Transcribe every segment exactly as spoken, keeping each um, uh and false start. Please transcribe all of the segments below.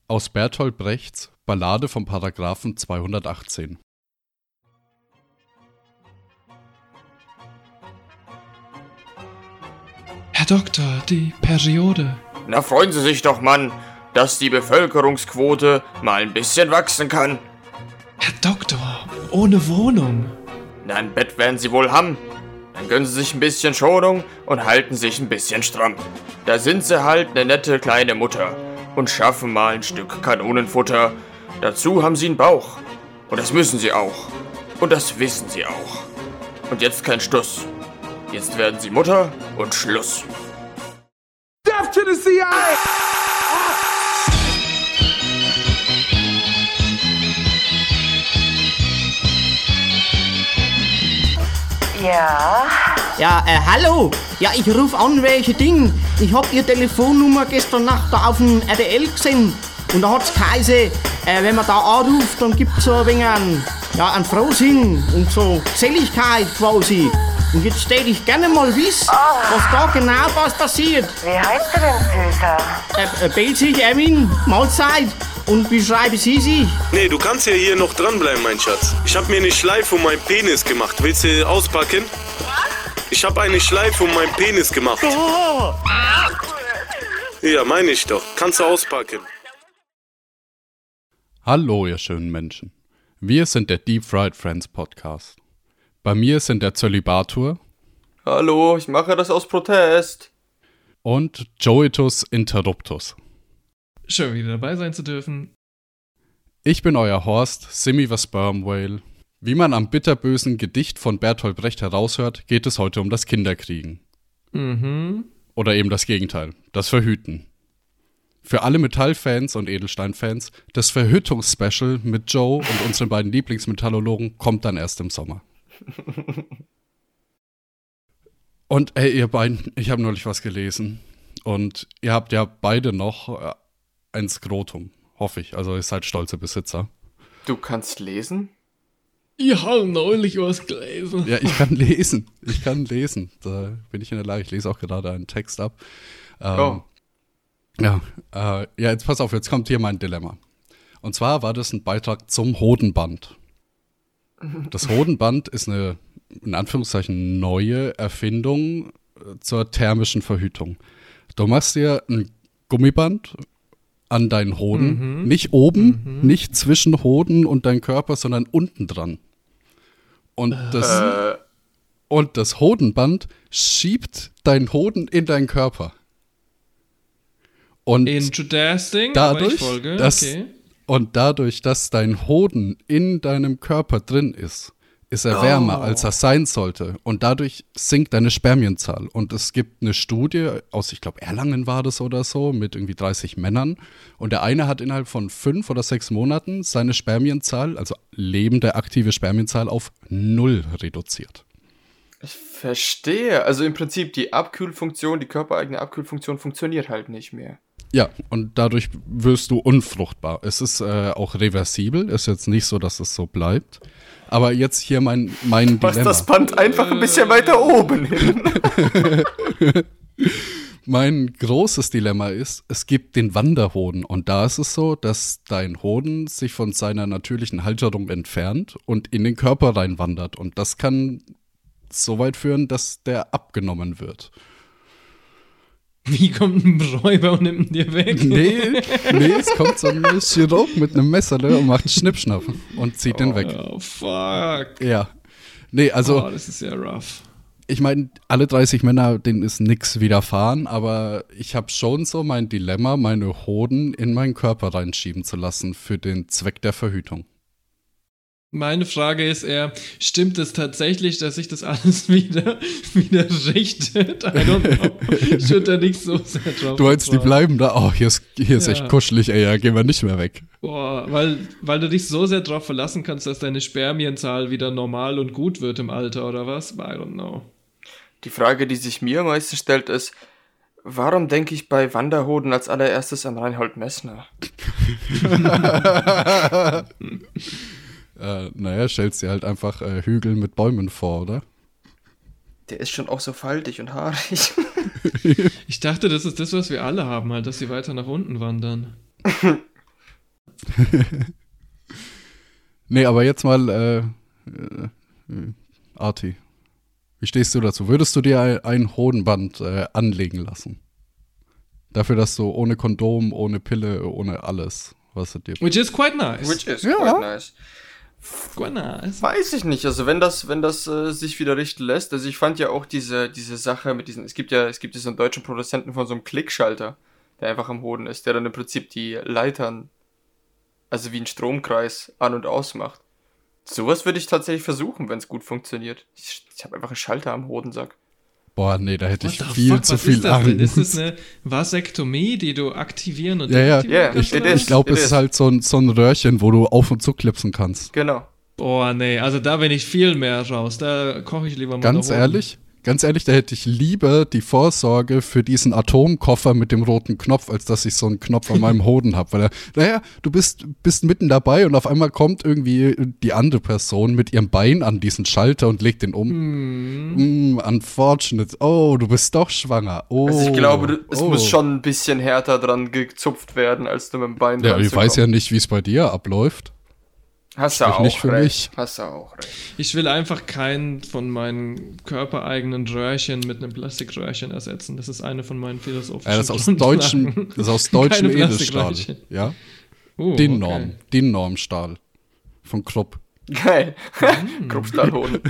Aus Bertolt Brechts Ballade vom Paragraphen zweihundertachtzehn. Herr Doktor, die Periode. Na, freuen Sie sich doch, Mann, dass die Bevölkerungsquote mal ein bisschen wachsen kann. Herr Doktor, ohne Wohnung. Na, ein Bett werden Sie wohl haben. Dann gönnen Sie sich ein bisschen Schonung und halten sich ein bisschen stramm. Da sind Sie halt eine nette kleine Mutter und schaffen mal ein Stück Kanonenfutter. Dazu haben Sie einen Bauch. Und das müssen Sie auch. Und das wissen Sie auch. Und jetzt kein Stuss. Jetzt werden Sie Mutter und Schluss. Death to the C I A! Ja? Ja, äh, hallo. Ja, ich ruf an, welche Ding. Ich hab Ihr Telefonnummer gestern Nacht da auf dem R T L gesehen. Und da hat's geheißen, äh, wenn man da anruft, dann gibt's so ein wenig ein, ja, ein Frohsinn und so Geselligkeit quasi. Und jetzt stell ich gerne mal wissen, oh. was da genau was passiert. Wie heißt du denn, Süßer? Äh, äh, Belzig, Erwin, Mahlzeit. Und wie schreiben Sie sich? Nee, du kannst ja hier noch dranbleiben, mein Schatz. Ich hab mir eine Schleife um meinen Penis gemacht. Willst du auspacken? Ich hab eine Schleife um meinen Penis gemacht. Oh. Ja, meine ich doch. Kannst du auspacken. Hallo, ihr schönen Menschen. Wir sind der Deep Fried Friends Podcast. Bei mir sind der Zölibator. Hallo, ich mache das aus Protest. Und Joetus Interruptus. Schön, wieder dabei sein zu dürfen. Ich bin euer Horst, Simi the Sperm Whale. Wie man am bitterbösen Gedicht von Bertolt Brecht heraushört, geht es heute um das Kinderkriegen. Mhm. Oder eben das Gegenteil, das Verhüten. Für alle Metallfans und Edelsteinfans, das Verhütungsspecial mit Joe und unseren beiden Lieblingsmetallologen kommt dann erst im Sommer. Und ey, ihr beiden, ich habe neulich was gelesen. Und ihr habt ja beide noch ein Skrotum, hoffe ich. Also ihr seid stolze Besitzer. Du kannst lesen? Ich habe neulich was gelesen. Ja, ich kann lesen. Ich kann lesen. Da bin ich in der Lage. Ich lese auch gerade einen Text ab. Ähm, oh. Ja, äh, ja, jetzt pass auf, jetzt kommt hier mein Dilemma. Und zwar war das ein Beitrag zum Hodenband. Das Hodenband ist eine, in Anführungszeichen, neue Erfindung zur thermischen Verhütung. Du machst dir ein Gummiband an deinen Hoden, mhm. nicht oben, mhm. nicht zwischen Hoden und dein Körper, sondern unten dran. Und das, äh. und das Hodenband schiebt deinen Hoden in deinen Körper. Und Interesting, dadurch, aber ich folge. Dass, okay. Und dadurch, dass dein Hoden in deinem Körper drin ist, ist er oh. wärmer, als er sein sollte. Und dadurch sinkt deine Spermienzahl. Und es gibt eine Studie aus, ich glaube, Erlangen war das oder so, mit irgendwie dreißig Männern. Und der eine hat innerhalb von fünf oder sechs Monaten seine Spermienzahl, also lebende, aktive Spermienzahl, auf null reduziert. Ich verstehe. Also im Prinzip die Abkühlfunktion, die körpereigene Abkühlfunktion funktioniert halt nicht mehr. Ja, und dadurch wirst du unfruchtbar. Es ist äh, auch reversibel, ist jetzt nicht so, dass es so bleibt. Aber jetzt hier mein, mein Was Dilemma. Das Band einfach ein bisschen weiter oben hin. Mein großes Dilemma ist, es gibt den Wanderhoden. Und da ist es so, dass dein Hoden sich von seiner natürlichen Halterung entfernt und in den Körper reinwandert. Und das kann so weit führen, dass der abgenommen wird. Wie kommt ein Räuber und nimmt ihn dir weg? Nee, nee, es kommt so ein Chirurg mit einem Messer und macht Schnippschnapp und zieht oh, den weg. Oh, fuck. Ja. Nee, also. Oh, das ist ja rough. Ich meine, alle dreißig Männer, denen ist nix widerfahren, aber ich habe schon so mein Dilemma, meine Hoden in meinen Körper reinschieben zu lassen für den Zweck der Verhütung. Meine Frage ist eher, stimmt es tatsächlich, dass sich das alles wieder, wieder richtet? I don't know. Ich würde da nicht so sehr drauf. Du meinst, die bleiben da? Oh, hier ist, hier ist ja. echt kuschelig, ey, ja, gehen wir nicht mehr weg. Boah, weil, weil du dich so sehr drauf verlassen kannst, dass deine Spermienzahl wieder normal und gut wird im Alter, oder was? I don't know. Die Frage, die sich mir meistens stellt, ist, warum denke ich bei Wanderhoden als allererstes an Reinhold Messner? Äh, naja, stellst dir halt einfach äh, Hügel mit Bäumen vor, oder? Der ist schon auch so faltig und haarig. Ich dachte, das ist das, was wir alle haben, halt, dass sie weiter nach unten wandern. Nee, aber jetzt mal, äh, äh, Arti, wie stehst du dazu? Würdest du dir ein, ein Hodenband äh, anlegen lassen? Dafür, dass du ohne Kondom, ohne Pille, ohne alles, was du dir... Which is quite nice. Which is Ja. quite nice. Quite nice. Weiß ich nicht, also wenn das, wenn das äh, sich wieder richten lässt, also ich fand ja auch diese, diese Sache mit diesen, es gibt ja, es gibt ja so einen deutschen Produzenten von so einem Klickschalter, der einfach am Hoden ist, der dann im Prinzip die Leitern, also wie ein Stromkreis, an- und ausmacht. Sowas würde ich tatsächlich versuchen, wenn es gut funktioniert. Ich, ich habe einfach einen Schalter am Hodensack. Boah, nee, da hätte What ich the viel fuck, zu was viel ist das denn? Angst. Ist das eine Vasektomie, die du aktivieren und Ja, ja. deaktivieren Yeah, kannst? it oder is. Ich glaube, It es is. ist halt so ein, so ein Röhrchen, wo du auf und zu klipsen kannst. Genau. Boah, nee, also da bin ich viel mehr raus. Da koche ich lieber mal Ganz ehrlich, ganz ehrlich, da hätte ich lieber die Vorsorge für diesen Atomkoffer mit dem roten Knopf, als dass ich so einen Knopf an meinem Hoden habe. Weil, er, naja, du bist, bist mitten dabei und auf einmal kommt irgendwie die andere Person mit ihrem Bein an diesen Schalter und legt den um. Hm. Mm, unfortunate. Oh, du bist doch schwanger. Oh, Also ich glaube, du- es oh. muss schon ein bisschen härter dran gezupft werden, als du mit dem Bein Ja, dran ich zu weiß ja kommen. nicht, wie es bei dir abläuft. Hast du sprich auch nicht für recht. mich. Hast du auch recht. Ich will einfach keinen von meinen körpereigenen Röhrchen mit einem Plastikröhrchen ersetzen. Das ist eine von meinen philosophischen Ja, das ist aus Grundlagen. deutschen, das ist aus deutschen Keine Edelstahl. Plastikröhrchen. Ja, Oh, den okay. Norm, den Normstahl von Krupp. Geil. Hm. Kruppstahlhoden.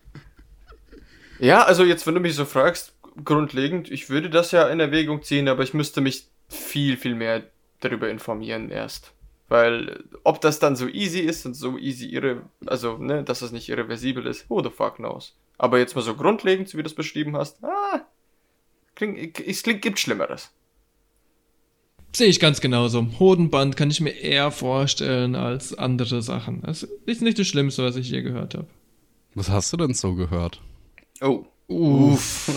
Ja, also jetzt, wenn du mich so fragst, grundlegend, ich würde das ja in Erwägung ziehen, aber ich müsste mich viel, viel mehr darüber informieren erst. Weil, ob das dann so easy ist und so easy irre, also, ne, dass das nicht irreversibel ist, who the fuck knows. Aber jetzt mal so grundlegend, so wie du es beschrieben hast, ah, klingt, es klingt, gibt Schlimmeres. Sehe ich ganz genauso. Hodenband kann ich mir eher vorstellen als andere Sachen. Das ist nicht das Schlimmste, was ich je gehört habe. Was hast du denn so gehört? Oh. Uff.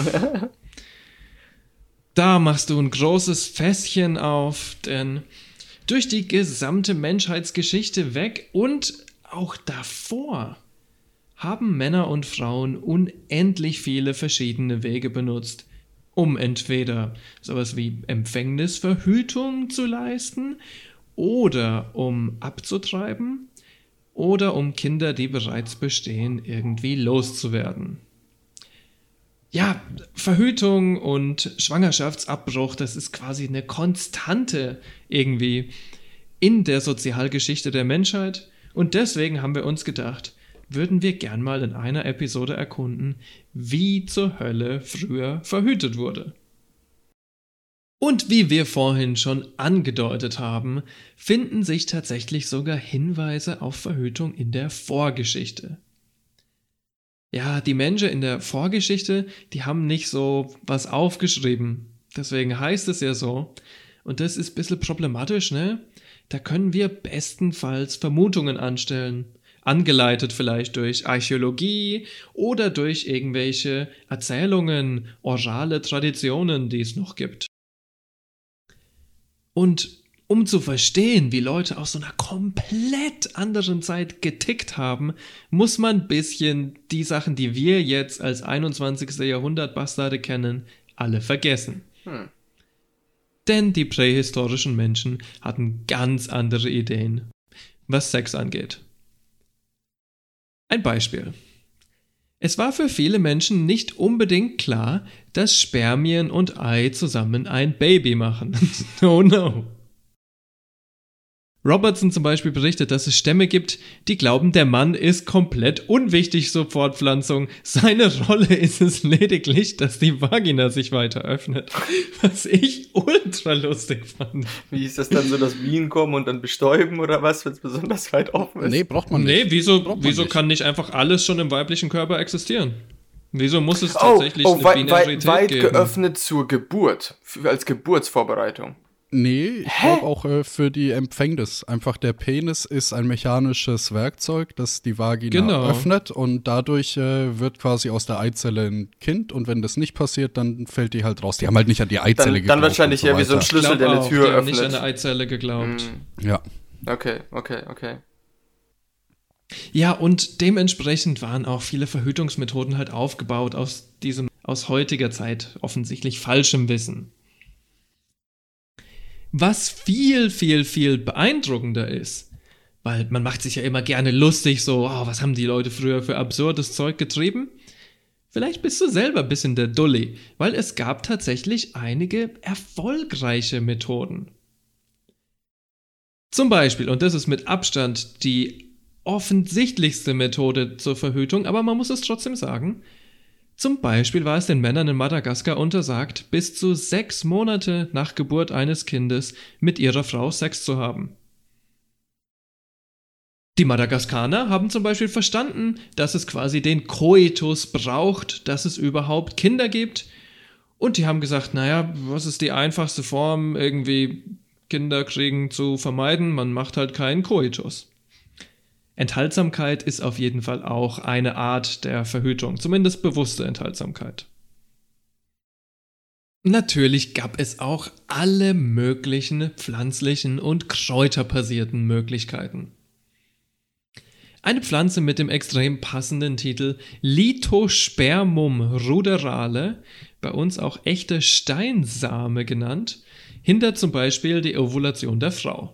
Da machst du ein großes Fässchen auf, denn durch die gesamte Menschheitsgeschichte weg und auch davor haben Männer und Frauen unendlich viele verschiedene Wege benutzt, um entweder sowas wie Empfängnisverhütung zu leisten oder um abzutreiben oder um Kinder, die bereits bestehen, irgendwie loszuwerden. Ja, Verhütung und Schwangerschaftsabbruch, das ist quasi eine Konstante irgendwie in der Sozialgeschichte der Menschheit. Und deswegen haben wir uns gedacht, würden wir gern mal in einer Episode erkunden, wie zur Hölle früher verhütet wurde. Und wie wir vorhin schon angedeutet haben, finden sich tatsächlich sogar Hinweise auf Verhütung in der Vorgeschichte. Ja, die Menschen in der Vorgeschichte, die haben nicht so was aufgeschrieben. Deswegen heißt es ja so. Und das ist ein bisschen problematisch, ne? Da können wir bestenfalls Vermutungen anstellen. Angeleitet vielleicht durch Archäologie oder durch irgendwelche Erzählungen, orale Traditionen, die es noch gibt. Und um zu verstehen, wie Leute aus so einer komplett anderen Zeit getickt haben, muss man ein bisschen die Sachen, die wir jetzt als einundzwanzigsten Jahrhundert-Bastarde kennen, alle vergessen. Hm. Denn die prähistorischen Menschen hatten ganz andere Ideen, was Sex angeht. Ein Beispiel. Es war für viele Menschen nicht unbedingt klar, dass Spermien und Ei zusammen ein Baby machen. Oh no. Robertson zum Beispiel berichtet, dass es Stämme gibt, die glauben, der Mann ist komplett unwichtig zur Fortpflanzung. Seine Rolle ist es lediglich, dass die Vagina sich weiter öffnet. Was ich ultra lustig fand. Wie ist das dann so, dass Bienen kommen und dann bestäuben oder was, wenn es besonders weit offen ist? Nee, braucht man nicht. Nee, wieso, Braucht man wieso nicht. kann nicht einfach alles schon im weiblichen Körper existieren? Wieso muss es Oh, tatsächlich oh eine weit, Binarität weit, weit geben? geöffnet zur Geburt, für, als Geburtsvorbereitung. Nee, ich glaube auch äh, für die Empfängnis. Einfach der Penis ist ein mechanisches Werkzeug, das die Vagina Genau. öffnet und dadurch äh, wird quasi aus der Eizelle ein Kind und wenn das nicht passiert, dann fällt die halt raus. Die haben halt nicht an die Eizelle Dann, geglaubt. dann wahrscheinlich und eher wie so ein weiter. Schlüssel, Glaub der eine auch, Tür die haben nicht an öffnet. eine Eizelle geglaubt. Hm, Ja. Okay, okay, okay. Ja, und dementsprechend waren auch viele Verhütungsmethoden halt aufgebaut aus diesem, aus heutiger Zeit offensichtlich falschem Wissen. Was viel, viel, viel beeindruckender ist, weil man macht sich ja immer gerne lustig, so, oh, was haben die Leute früher für absurdes Zeug getrieben? Vielleicht bist du selber ein bisschen der Dulli, weil es gab tatsächlich einige erfolgreiche Methoden. Zum Beispiel, und das ist mit Abstand die offensichtlichste Methode zur Verhütung, aber man muss es trotzdem sagen, zum Beispiel war es den Männern in Madagaskar untersagt, bis zu sechs Monate nach Geburt eines Kindes mit ihrer Frau Sex zu haben. Die Madagaskaner haben zum Beispiel verstanden, dass es quasi den Koitus braucht, dass es überhaupt Kinder gibt. Und die haben gesagt, naja, was ist die einfachste Form, irgendwie Kinder kriegen zu vermeiden? Man macht halt keinen Koitus. Enthaltsamkeit ist auf jeden Fall auch eine Art der Verhütung, zumindest bewusste Enthaltsamkeit. Natürlich gab es auch alle möglichen pflanzlichen und kräuterbasierten Möglichkeiten. Eine Pflanze mit dem extrem passenden Titel Lithospermum ruderale, bei uns auch echte Steinsame genannt, hindert zum Beispiel die Ovulation der Frau.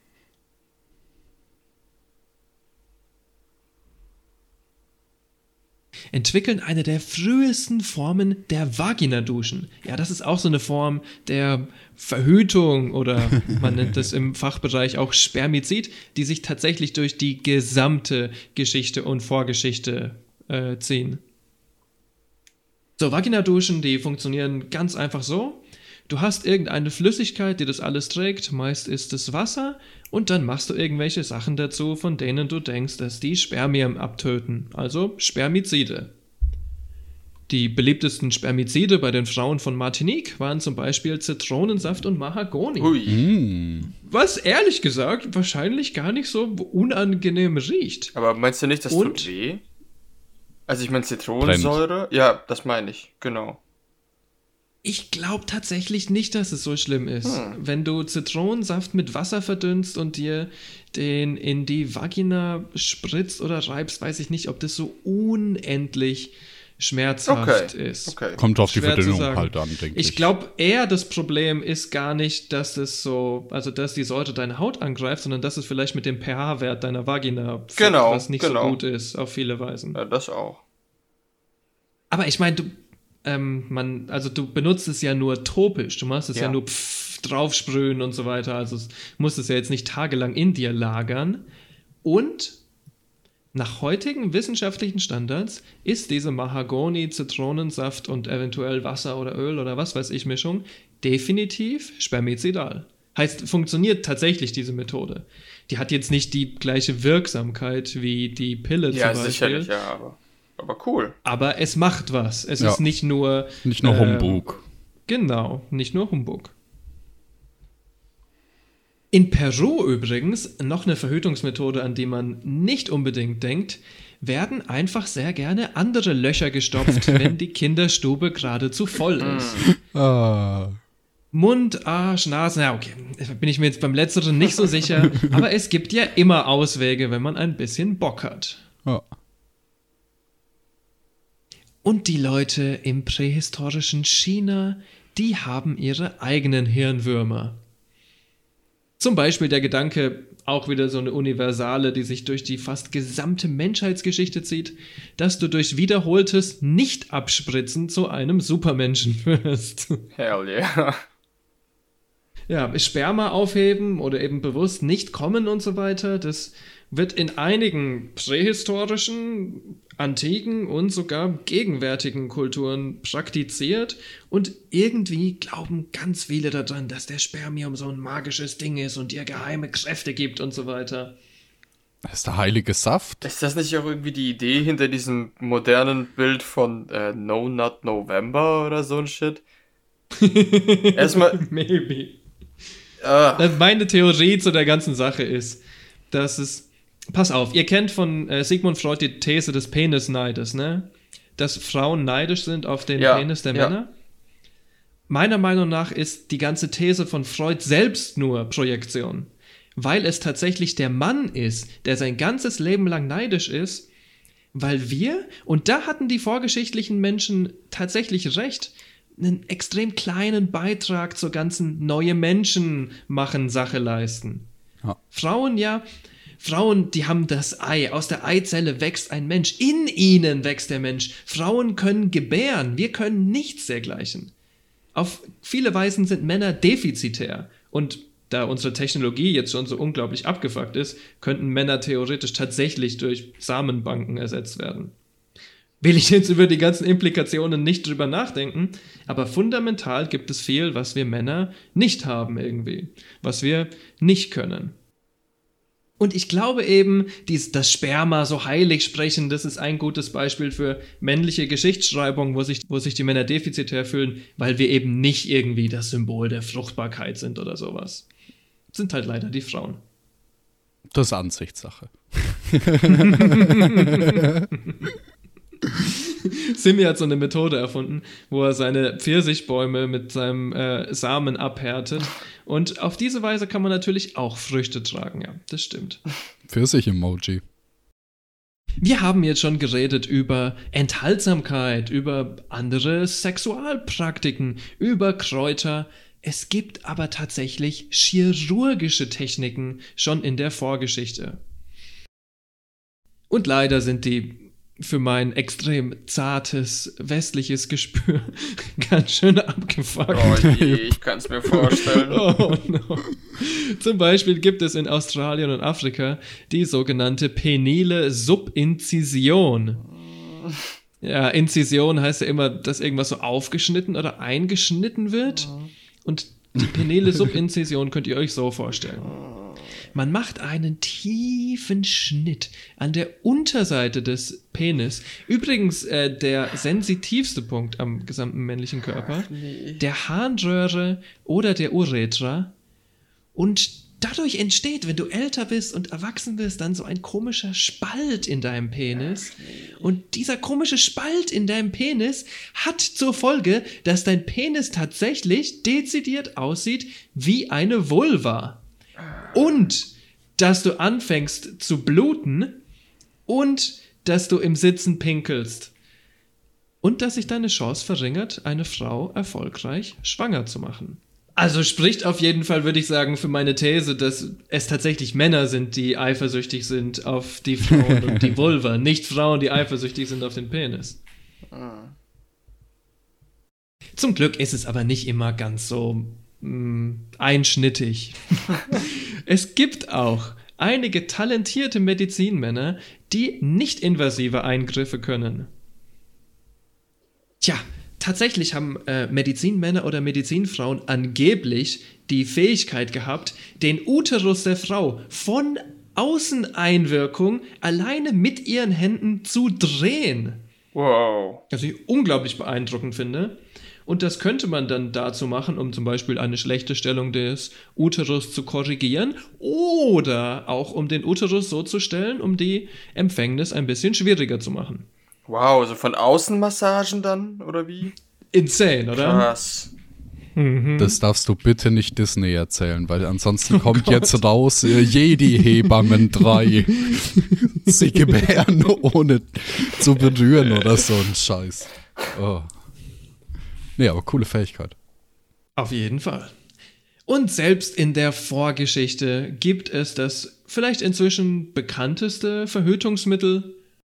Entwickeln eine der frühesten Formen der Vaginaduschen. Ja, das ist auch so eine Form der Verhütung oder man nennt das im Fachbereich auch Spermizid, die sich tatsächlich durch die gesamte Geschichte und Vorgeschichte äh, ziehen. So, Vaginaduschen, die funktionieren ganz einfach so. Du hast irgendeine Flüssigkeit, die das alles trägt, meist ist es Wasser, und dann machst du irgendwelche Sachen dazu, von denen du denkst, dass die Spermien abtöten, also Spermizide. Die beliebtesten Spermizide bei den Frauen von Martinique waren zum Beispiel Zitronensaft und Mahagoni. Ui. Mm. Was ehrlich gesagt wahrscheinlich gar nicht so unangenehm riecht. Aber meinst du nicht, das Und? tut weh? Also ich meine Zitronensäure? Ja, das meine ich, genau. Ich glaube tatsächlich nicht, dass es so schlimm ist. Hm. Wenn du Zitronensaft mit Wasser verdünnst und dir den in die Vagina spritzt oder reibst, weiß ich nicht, ob das so unendlich schmerzhaft Okay, ist. okay. Kommt auf die Schwer zu Verdünnung sagen. halt an, denke ich. Ich glaube eher, das Problem ist gar nicht, dass es so, also dass die Säure deine Haut angreift, sondern dass es vielleicht mit dem pH-Wert deiner Vagina fickt, Genau, was nicht genau. so gut ist, auf viele Weisen. Ja, das auch. Aber ich meine, du, ähm, man, also du benutzt es ja nur topisch, du machst es ja, Ja. nur pff, draufsprühen und so weiter, also es musst es ja jetzt nicht tagelang in dir lagern. Und nach heutigen wissenschaftlichen Standards ist diese Mahagoni, Zitronensaft und eventuell Wasser oder Öl oder was weiß ich Mischung definitiv spermizidal. Heißt, funktioniert tatsächlich diese Methode. Die hat jetzt nicht die gleiche Wirksamkeit wie die Pille Ja, zum Beispiel. sicherlich, ja, aber, aber cool. Aber es macht was. Es Ja. ist nicht nur... Nicht nur ähm, Humbug. Genau, nicht nur Humbug. In Peru übrigens, noch eine Verhütungsmethode, an die man nicht unbedingt denkt, werden einfach sehr gerne andere Löcher gestopft, wenn die Kinderstube geradezu voll ist. Ah. Mund, Arsch, Nase, na okay, bin ich mir jetzt beim Letzteren nicht so sicher, aber es gibt ja immer Auswege, wenn man ein bisschen Bock hat. Ja. Und die Leute im prähistorischen China, die haben ihre eigenen Hirnwürmer. Zum Beispiel der Gedanke, auch wieder so eine universale, die sich durch die fast gesamte Menschheitsgeschichte zieht, dass du durch wiederholtes Nicht-Abspritzen zu einem Supermenschen wirst. Hell yeah. Ja, Sperma aufheben oder eben bewusst nicht kommen und so weiter, das wird in einigen prähistorischen, antiken und sogar gegenwärtigen Kulturen praktiziert und irgendwie glauben ganz viele daran, dass der Spermium so ein magisches Ding ist und dir geheime Kräfte gibt und so weiter. Das ist der heilige Saft. Ist das nicht auch irgendwie die Idee hinter diesem modernen Bild von äh, No Nut November oder so ein Shit? Erstmal, Maybe. äh, Meine Theorie zu der ganzen Sache ist, dass es pass auf, ihr kennt von äh, Sigmund Freud die These des Penisneides, ne? Dass Frauen neidisch sind auf den Ja, Penis der ja. Männer. Meiner Meinung nach ist die ganze These von Freud selbst nur Projektion. Weil es tatsächlich der Mann ist, der sein ganzes Leben lang neidisch ist, weil wir, und da hatten die vorgeschichtlichen Menschen tatsächlich recht, einen extrem kleinen Beitrag zur ganzen neue Menschen machen Sache leisten. Ja. Frauen ja, Frauen, die haben das Ei. Aus der Eizelle wächst ein Mensch. In ihnen wächst der Mensch. Frauen können gebären. Wir können nichts dergleichen. Auf viele Weisen sind Männer defizitär. Und da unsere Technologie jetzt schon so unglaublich abgefuckt ist, könnten Männer theoretisch tatsächlich durch Samenbanken ersetzt werden. Will ich jetzt über die ganzen Implikationen nicht drüber nachdenken, aber fundamental gibt es viel, was wir Männer nicht haben irgendwie. Was wir nicht können. Und ich glaube eben, dies, das Sperma so heilig sprechen, das ist ein gutes Beispiel für männliche Geschichtsschreibung, wo sich, wo sich die Männer defizitär fühlen, weil wir eben nicht irgendwie das Symbol der Fruchtbarkeit sind oder sowas. Sind halt leider die Frauen. Das ist Ansichtssache. Simi hat so eine Methode erfunden, wo er seine Pfirsichbäume mit seinem äh, Samen abhärtet. Und auf diese Weise kann man natürlich auch Früchte tragen, ja, das stimmt. Pfirsich-Emoji. Wir haben jetzt schon geredet über Enthaltsamkeit, über andere Sexualpraktiken, über Kräuter. Es gibt aber tatsächlich chirurgische Techniken schon in der Vorgeschichte. Und leider sind die für mein extrem zartes westliches Gespür ganz schön abgefuckt. Oh je, ich kann's mir vorstellen. Oh no. Zum Beispiel gibt es in Australien und Afrika die sogenannte penile Subinzision. Ja, Inzision heißt ja immer, dass irgendwas so aufgeschnitten oder eingeschnitten wird. Und die penile Subinzision könnt ihr euch so vorstellen. Man macht einen tiefen Schnitt an der Unterseite des Penis. Übrigens äh, der sensitivste Punkt am gesamten männlichen Körper. Nee. Der Harnröhre oder der Uretra. Und dadurch entsteht, wenn du älter bist und erwachsen bist, dann so ein komischer Spalt in deinem Penis. Und dieser komische Spalt in deinem Penis hat zur Folge, dass dein Penis tatsächlich dezidiert aussieht wie eine Vulva. Und dass du anfängst zu bluten und dass du im Sitzen pinkelst. Und dass sich deine Chance verringert, eine Frau erfolgreich schwanger zu machen. Also spricht auf jeden Fall, würde ich sagen, für meine These, dass es tatsächlich Männer sind, die eifersüchtig sind auf die Frauen und die Vulva, nicht Frauen, die eifersüchtig sind auf den Penis. Ah. Zum Glück ist es aber nicht immer ganz so mh, einschnittig. Es gibt auch einige talentierte Medizinmänner, die nicht invasive Eingriffe können. Tja, tatsächlich haben äh, Medizinmänner oder Medizinfrauen angeblich die Fähigkeit gehabt, den Uterus der Frau von Außeneinwirkung alleine mit ihren Händen zu drehen. Wow. Was ich unglaublich beeindruckend finde. Und das könnte man dann dazu machen, um zum Beispiel eine schlechte Stellung des Uterus zu korrigieren oder auch um den Uterus so zu stellen, um die Empfängnis ein bisschen schwieriger zu machen. Wow, so von Außenmassagen dann, oder wie? Insane, oder? Krass. Das darfst du bitte nicht Disney erzählen, weil ansonsten kommt jetzt raus äh, Jedi-Hebammen drei. Sie gebären ohne zu berühren oder so ein Scheiß. Oh. Nee, aber coole Fähigkeit. Auf jeden Fall. Und selbst in der Vorgeschichte gibt es das vielleicht inzwischen bekannteste Verhütungsmittel,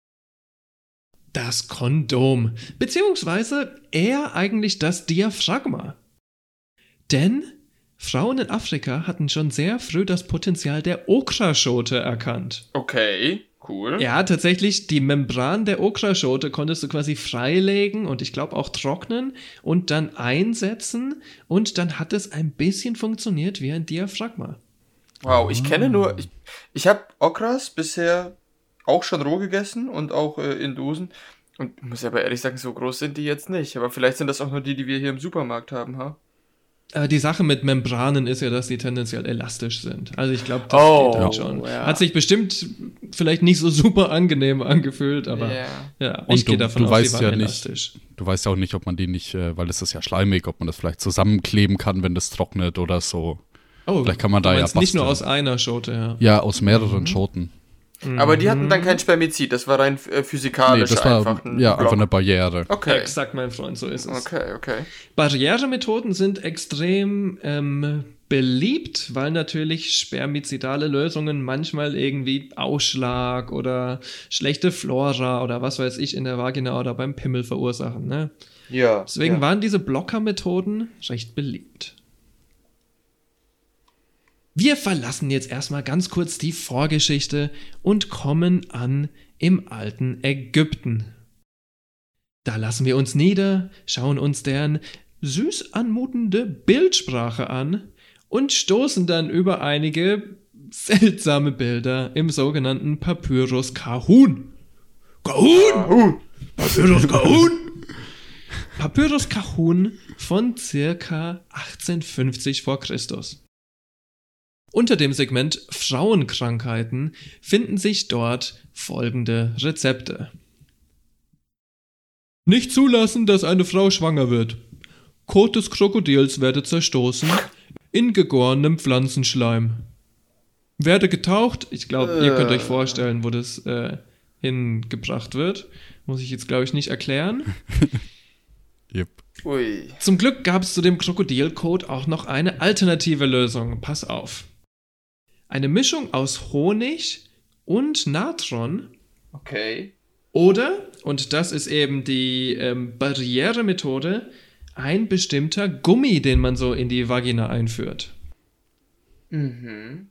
das Kondom, beziehungsweise eher eigentlich das Diaphragma. Denn Frauen in Afrika hatten schon sehr früh das Potenzial der Okraschote erkannt. Okay, cool. Ja, tatsächlich, die Membran der Okraschote konntest du quasi freilegen und ich glaube auch trocknen und dann einsetzen und dann hat es ein bisschen funktioniert wie ein Diaphragma. Wow, ich kenne nur, ich, ich habe Okras bisher auch schon roh gegessen und auch äh, in Dosen. Und ich muss aber ehrlich sagen, so groß sind die jetzt nicht. Aber vielleicht sind das auch nur die, die wir hier im Supermarkt haben, ha? Aber die Sache mit Membranen ist ja, dass die tendenziell elastisch sind. Also ich glaube, das Oh, geht dann schon. ja. Hat sich bestimmt vielleicht nicht so super angenehm angefühlt, aber Ja. ja, Und ich du, gehe davon du aus, die weißt waren ja nicht, elastisch. du weißt ja auch nicht, ob man die nicht, äh, weil das ist ja schleimig, ob man das vielleicht zusammenkleben kann, wenn das trocknet oder so. Oh, Vielleicht kann man du da ja meinst nicht nur basteln. aus einer Schote, ja. Ja, aus mehreren Schoten. Aber die hatten dann kein Spermizid, das war rein äh, physikalisch nee, das war, einfach ein ja, Block. einfach eine Barriere. Okay. Exakt, mein Freund, so ist es. Okay, okay. Barrieremethoden sind extrem ähm, beliebt, weil natürlich spermizidale Lösungen manchmal irgendwie Ausschlag oder schlechte Flora oder was weiß ich in der Vagina oder beim Pimmel verursachen. Ne? Ja. Deswegen ja. waren diese Blockermethoden recht beliebt. Wir verlassen jetzt erstmal ganz kurz die Vorgeschichte und kommen an im alten Ägypten. Da lassen wir uns nieder, schauen uns deren süß anmutende Bildsprache an und stoßen dann über einige seltsame Bilder im sogenannten Papyrus Kahun. Kahun! Papyrus Kahun! Papyrus Kahun von circa achtzehnhundertfünfzig vor Christus. Unter dem Segment Frauenkrankheiten finden sich dort folgende Rezepte. Nicht zulassen, dass eine Frau schwanger wird. Kot des Krokodils werde zerstoßen in gegorenem Pflanzenschleim. Werde getaucht, ich glaube, ihr könnt euch vorstellen, wo das äh, hingebracht wird. Muss ich jetzt, glaube ich, nicht erklären. Yep. Ui. Zum Glück gab es zu dem Krokodilkot auch noch eine alternative Lösung. Pass auf. Eine Mischung aus Honig und Natron. Okay. Oder, und das ist eben die ähm, Barrieremethode, ein bestimmter Gummi, den man so in die Vagina einführt. Mhm.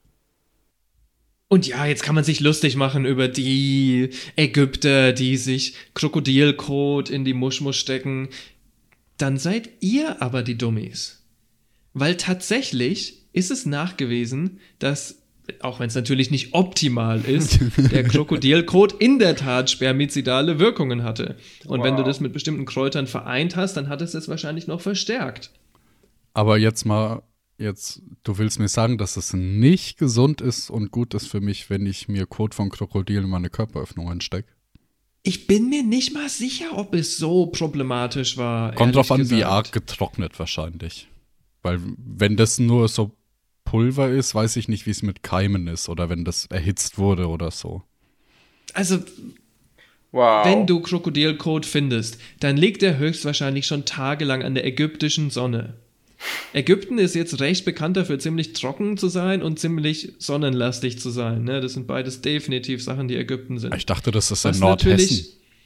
Und ja, jetzt kann man sich lustig machen über die Ägypter, die sich Krokodilkot in die Muschmusch stecken. Dann seid ihr aber die Dummies. Weil tatsächlich ist es nachgewiesen, dass, auch wenn es natürlich nicht optimal ist, der Krokodilkot in der Tat spermizidale Wirkungen hatte. Und wow. wenn du das mit bestimmten Kräutern vereint hast, dann hat es das wahrscheinlich noch verstärkt. Aber jetzt mal, jetzt, du willst mir sagen, dass es nicht gesund ist und gut ist für mich, wenn ich mir Kot von Krokodilen in meine Körperöffnung einstecke? Ich bin mir nicht mal sicher, ob es so problematisch war. Kommt drauf an, gesagt. wie arg getrocknet wahrscheinlich. Weil wenn das nur so Pulver ist, weiß ich nicht, wie es mit Keimen ist oder wenn das erhitzt wurde oder so. Also, wow. wenn du Krokodilkot findest, dann liegt er höchstwahrscheinlich schon tagelang an der ägyptischen Sonne. Ägypten ist jetzt recht bekannt dafür, ziemlich trocken zu sein und ziemlich sonnenlastig zu sein. Ne? Das sind beides definitiv Sachen, die Ägypten sind. Ich dachte, das ist in Was Nordhessen.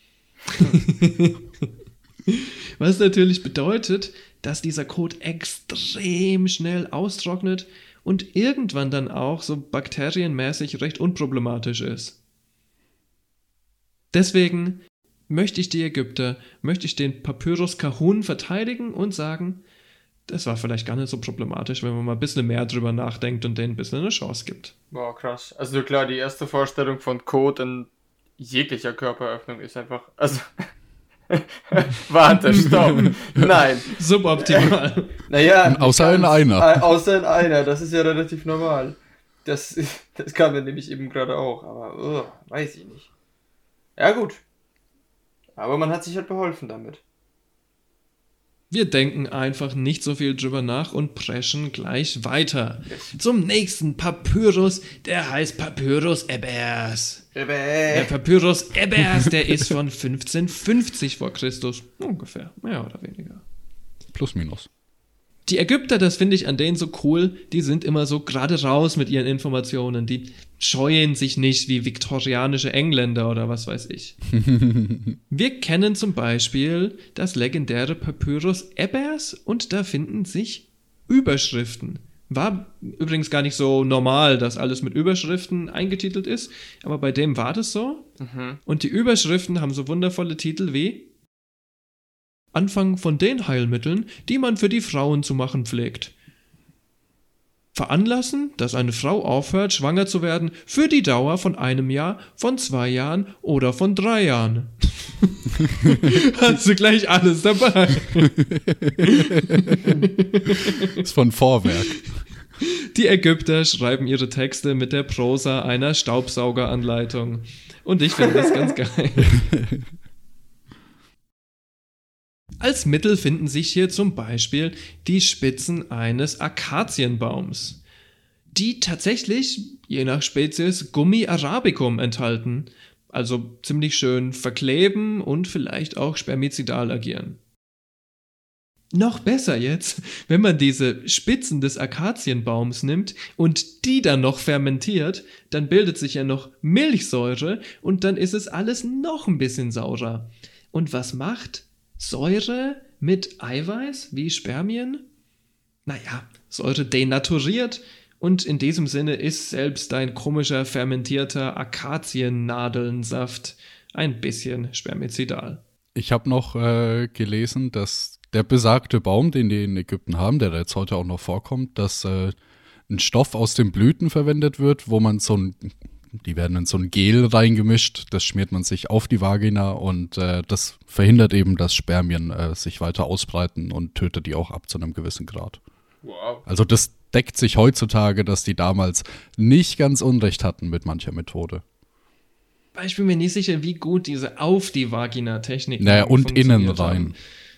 Was natürlich bedeutet, dass dieser Kot extrem schnell austrocknet und irgendwann dann auch so bakterienmäßig recht unproblematisch ist. Deswegen möchte ich die Ägypter, möchte ich den Papyrus Kahun verteidigen und sagen, das war vielleicht gar nicht so problematisch, wenn man mal ein bisschen mehr drüber nachdenkt und denen ein bisschen eine Chance gibt. Wow, krass. Also klar, die erste Vorstellung von Kot in jeglicher Körperöffnung ist einfach, also warte, stopp. Nein. Suboptimal. Naja. Außer in einer. Äh, außer in einer, das ist ja relativ normal. Das, das kam mir nämlich eben gerade auch, aber oh, weiß ich nicht. Ja gut. Aber man hat sich halt beholfen damit. Wir denken einfach nicht so viel drüber nach und preschen gleich weiter. Zum nächsten Papyrus, der heißt Papyrus Ebers. Der Papyrus Ebers, der ist von fünfzehnhundertfünfzig vor Christus. Ungefähr, mehr oder weniger. Plus, minus. Die Ägypter, das finde ich an denen so cool, die sind immer so gerade raus mit ihren Informationen. Die scheuen sich nicht wie viktorianische Engländer oder was weiß ich. Wir kennen zum Beispiel das legendäre Papyrus Ebers und da finden sich Überschriften. War übrigens gar nicht so normal, dass alles mit Überschriften eingetitelt ist, aber bei dem war das so. Mhm. Und die Überschriften haben so wundervolle Titel wie Anfang von den Heilmitteln, die man für die Frauen zu machen pflegt. Veranlassen, dass eine Frau aufhört, schwanger zu werden, für die Dauer von einem Jahr, von zwei Jahren oder von drei Jahren. Hast du gleich alles dabei. Das ist von Vorwerk. Die Ägypter schreiben ihre Texte mit der Prosa einer Staubsaugeranleitung. Und ich finde das ganz geil. Als Mittel finden sich hier zum Beispiel die Spitzen eines Akazienbaums, die tatsächlich je nach Spezies Gummi arabicum enthalten, also ziemlich schön verkleben und vielleicht auch spermizidal agieren. Noch besser jetzt, wenn man diese Spitzen des Akazienbaums nimmt und die dann noch fermentiert, dann bildet sich ja noch Milchsäure und dann ist es alles noch ein bisschen saurer. Und was macht Säure mit Eiweiß wie Spermien? Naja, Säure denaturiert und in diesem Sinne ist selbst ein komischer fermentierter Akaziennadelnsaft ein bisschen spermizidal. Ich habe noch äh, gelesen, dass der besagte Baum, den die in Ägypten haben, der da jetzt heute auch noch vorkommt, dass äh, ein Stoff aus den Blüten verwendet wird, wo man so ein, die werden in so ein Gel reingemischt, das schmiert man sich auf die Vagina und äh, das verhindert eben, dass Spermien äh, sich weiter ausbreiten und tötet die auch ab zu einem gewissen Grad. Wow. Also das deckt sich heutzutage, dass die damals nicht ganz Unrecht hatten mit mancher Methode. Ich bin mir nicht sicher, wie gut diese auf die Vagina-Technik Naja, und innen rein.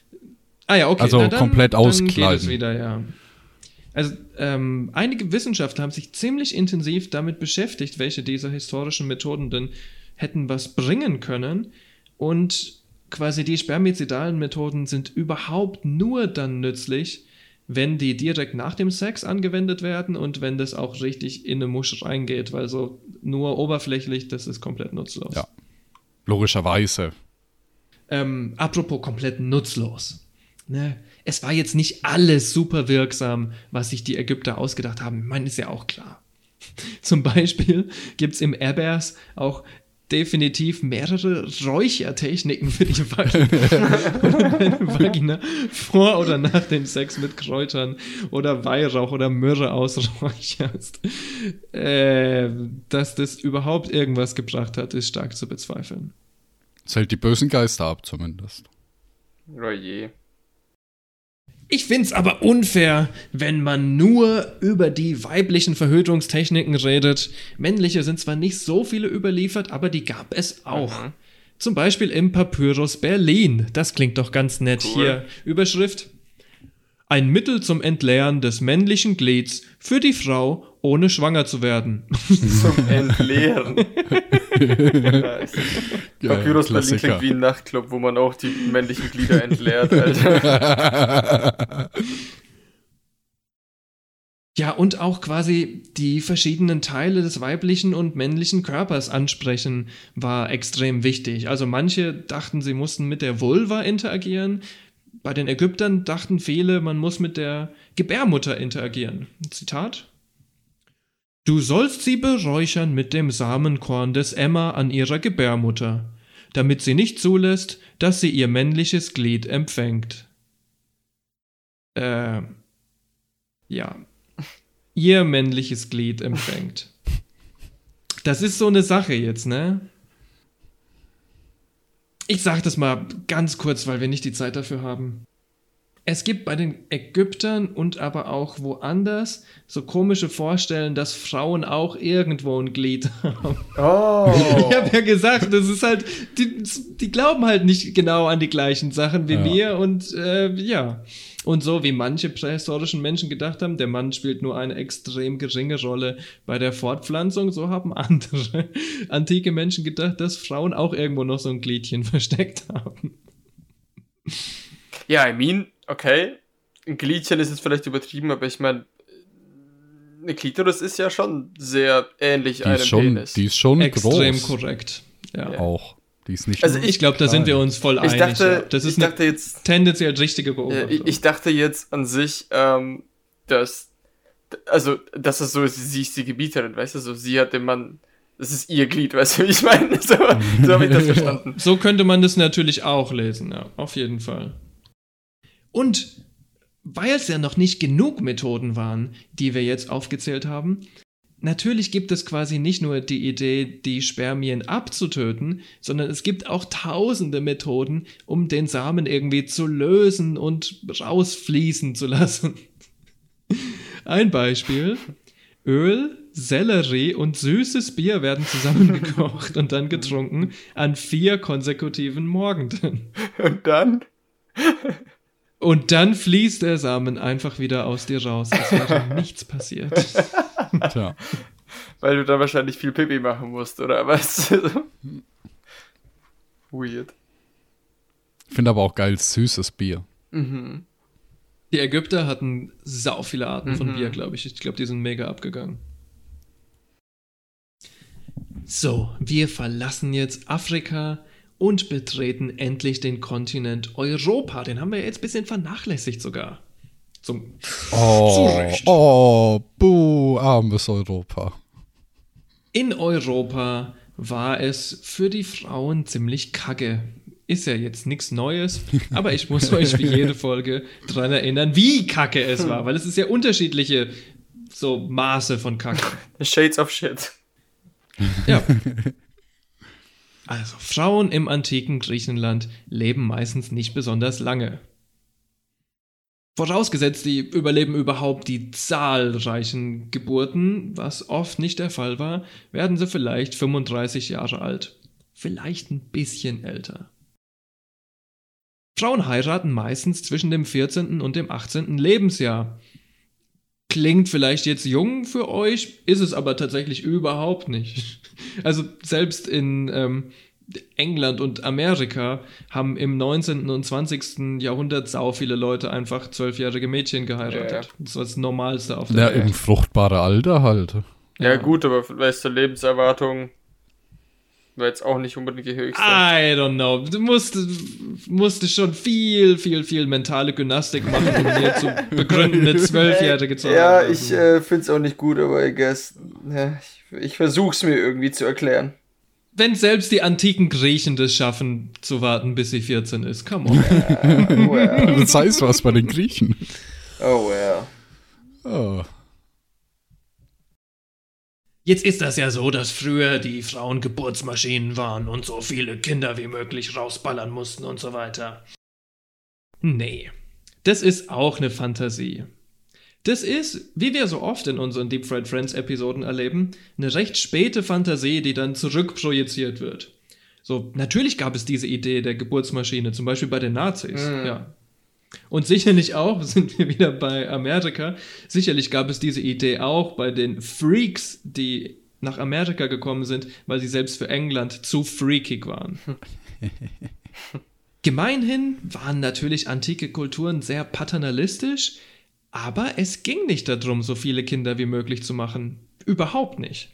Ah ja, okay. Also Na, dann, komplett dann auskleiden. Geht es wieder, ja. Also ähm, einige Wissenschaftler haben sich ziemlich intensiv damit beschäftigt, welche dieser historischen Methoden denn hätten was bringen können. Und quasi die spermizidalen Methoden sind überhaupt nur dann nützlich, wenn die direkt nach dem Sex angewendet werden und wenn das auch richtig in eine Musch reingeht, weil so nur oberflächlich, das ist komplett nutzlos. Ja, logischerweise. Ähm, apropos komplett nutzlos. Ne? Es war jetzt nicht alles super wirksam, was sich die Ägypter ausgedacht haben. Ich meine, ist ja auch klar. Zum Beispiel gibt es im Ebers auch definitiv mehrere Räuchertechniken für die Vagina. Wenn du deine Vagina vor oder nach dem Sex mit Kräutern oder Weihrauch oder Myrrhe ausräucherst. Äh, dass das überhaupt irgendwas gebracht hat, ist stark zu bezweifeln. Das hält die bösen Geister ab zumindest. Oh je. Ich find's aber unfair, wenn man nur über die weiblichen Verhütungstechniken redet. Männliche sind zwar nicht so viele überliefert, aber die gab es auch. Mhm. Zum Beispiel im Papyrus Berlin. Das klingt doch ganz nett. Cool. Hier, Überschrift. Ein Mittel zum Entleeren des männlichen Glieds für die Frau, ohne schwanger zu werden. Zum Entleeren. Nice. Ja, Papyrus Berlin klingt wie ein Nachtclub, wo man auch die männlichen Glieder entleert, Alter. Ja, und auch quasi die verschiedenen Teile des weiblichen und männlichen Körpers ansprechen, war extrem wichtig. Also manche dachten, sie mussten mit der Vulva interagieren. Bei den Ägyptern dachten viele, man muss mit der Gebärmutter interagieren. Zitat. Du sollst sie beräuchern mit dem Samenkorn des Emma an ihrer Gebärmutter, damit sie nicht zulässt, dass sie ihr männliches Glied empfängt. Äh, ja. Ihr männliches Glied empfängt. Das ist so eine Sache jetzt, ne? Ich sag das mal ganz kurz, weil wir nicht die Zeit dafür haben. Es gibt bei den Ägyptern und aber auch woanders so komische Vorstellungen, dass Frauen auch irgendwo ein Glied haben. Oh. Ich habe ja gesagt, das ist halt, die, die glauben halt nicht genau an die gleichen Sachen wie Ja. wir und äh, ja. Und so wie manche prähistorischen Menschen gedacht haben, der Mann spielt nur eine extrem geringe Rolle bei der Fortpflanzung, so haben andere antike Menschen gedacht, dass Frauen auch irgendwo noch so ein Gliedchen versteckt haben. Ja, I mean, okay, ein Gliedchen ist jetzt vielleicht übertrieben, aber ich meine, eine Klitoris ist ja schon sehr ähnlich Die einem ist schon, Penis. die ist schon Extrem groß. korrekt. Ja. Ja. Auch. Die ist nicht Also nur Ich glaube, da sind wir uns voll Ich einig. dachte, ja. Das ist ich eine dachte jetzt, tendenziell richtige äh, Beobachtung. ich, ich dachte jetzt an sich, ähm, dass, also, dass es so ist, sie ist die Gebieterin, weißt du, so, sie hat den Mann, das ist ihr Glied, weißt du, wie ich meine? So, so habe ich das verstanden. So könnte man das natürlich auch lesen, ja, auf jeden Fall. Und weil es ja noch nicht genug Methoden waren, die wir jetzt aufgezählt haben, natürlich gibt es quasi nicht nur die Idee, die Spermien abzutöten, sondern es gibt auch tausende Methoden, um den Samen irgendwie zu lösen und rausfließen zu lassen. Ein Beispiel: Öl, Sellerie und süßes Bier werden zusammengekocht und dann getrunken an vier konsekutiven Morgenden. Und dann? Und dann fließt der Samen einfach wieder aus dir raus, als wäre nichts passiert. Tja. Weil du da wahrscheinlich viel Pipi machen musst, oder was? Weird. Ich finde aber auch geil süßes Bier. Mhm. Die Ägypter hatten sau viele Arten Mhm. von Bier, glaube ich. Ich glaube, die sind mega abgegangen. So, wir verlassen jetzt Afrika und betreten endlich den Kontinent Europa. Den haben wir jetzt ein bisschen vernachlässigt sogar. Zum Oh, Zu Recht. oh, buh, armes Europa. In Europa war es für die Frauen ziemlich kacke. Ist ja jetzt nichts Neues, aber ich muss euch wie jede Folge dran erinnern, wie kacke es war, weil es ist ja unterschiedliche so Maße von Kacke. Shades of Shit. Ja. Also, Frauen im antiken Griechenland leben meistens nicht besonders lange. Vorausgesetzt, die überleben überhaupt die zahlreichen Geburten, was oft nicht der Fall war, werden sie vielleicht fünfunddreißig Jahre alt. Vielleicht ein bisschen älter. Frauen heiraten meistens zwischen dem vierzehnten und dem achtzehnten Lebensjahr. Klingt vielleicht jetzt jung für euch, ist es aber tatsächlich überhaupt nicht. Also selbst in ähm, England und Amerika haben im neunzehnten und zwanzigsten Jahrhundert sau viele Leute einfach zwölfjährige Mädchen geheiratet. Ja. Das war das Normalste auf der Ja, Welt. im fruchtbare Alter halt. Ja, Ja. gut, aber weißt du, Lebenserwartung war jetzt auch nicht unbedingt die höchste. I don't know. Du musstest, musstest schon viel, viel, viel mentale Gymnastik machen, um mir zu begründen, eine Zwölfjährige zu Ja, heiraten. ich äh, find's auch nicht gut, aber I guess, ja, ich, ich versuch's mir irgendwie zu erklären. Wenn selbst die antiken Griechen das schaffen, zu warten, bis sie vierzehn ist, come on. Oh, well. Das heißt was bei den Griechen. Oh, well. Oh. Jetzt ist das ja so, dass früher die Frauen Geburtsmaschinen waren und so viele Kinder wie möglich rausballern mussten und so weiter. Nee, das ist auch eine Fantasie. Das ist, wie wir so oft in unseren Deep Fried Friends Episoden erleben, eine recht späte Fantasie, die dann zurückprojiziert wird. So, natürlich gab es diese Idee der Geburtsmaschine, zum Beispiel bei den Nazis, Mhm. ja. Und sicherlich auch, sind wir wieder bei Amerika, sicherlich gab es diese Idee auch bei den Freaks, die nach Amerika gekommen sind, weil sie selbst für England zu freakig waren. Gemeinhin waren natürlich antike Kulturen sehr paternalistisch, aber es ging nicht darum, so viele Kinder wie möglich zu machen. Überhaupt nicht.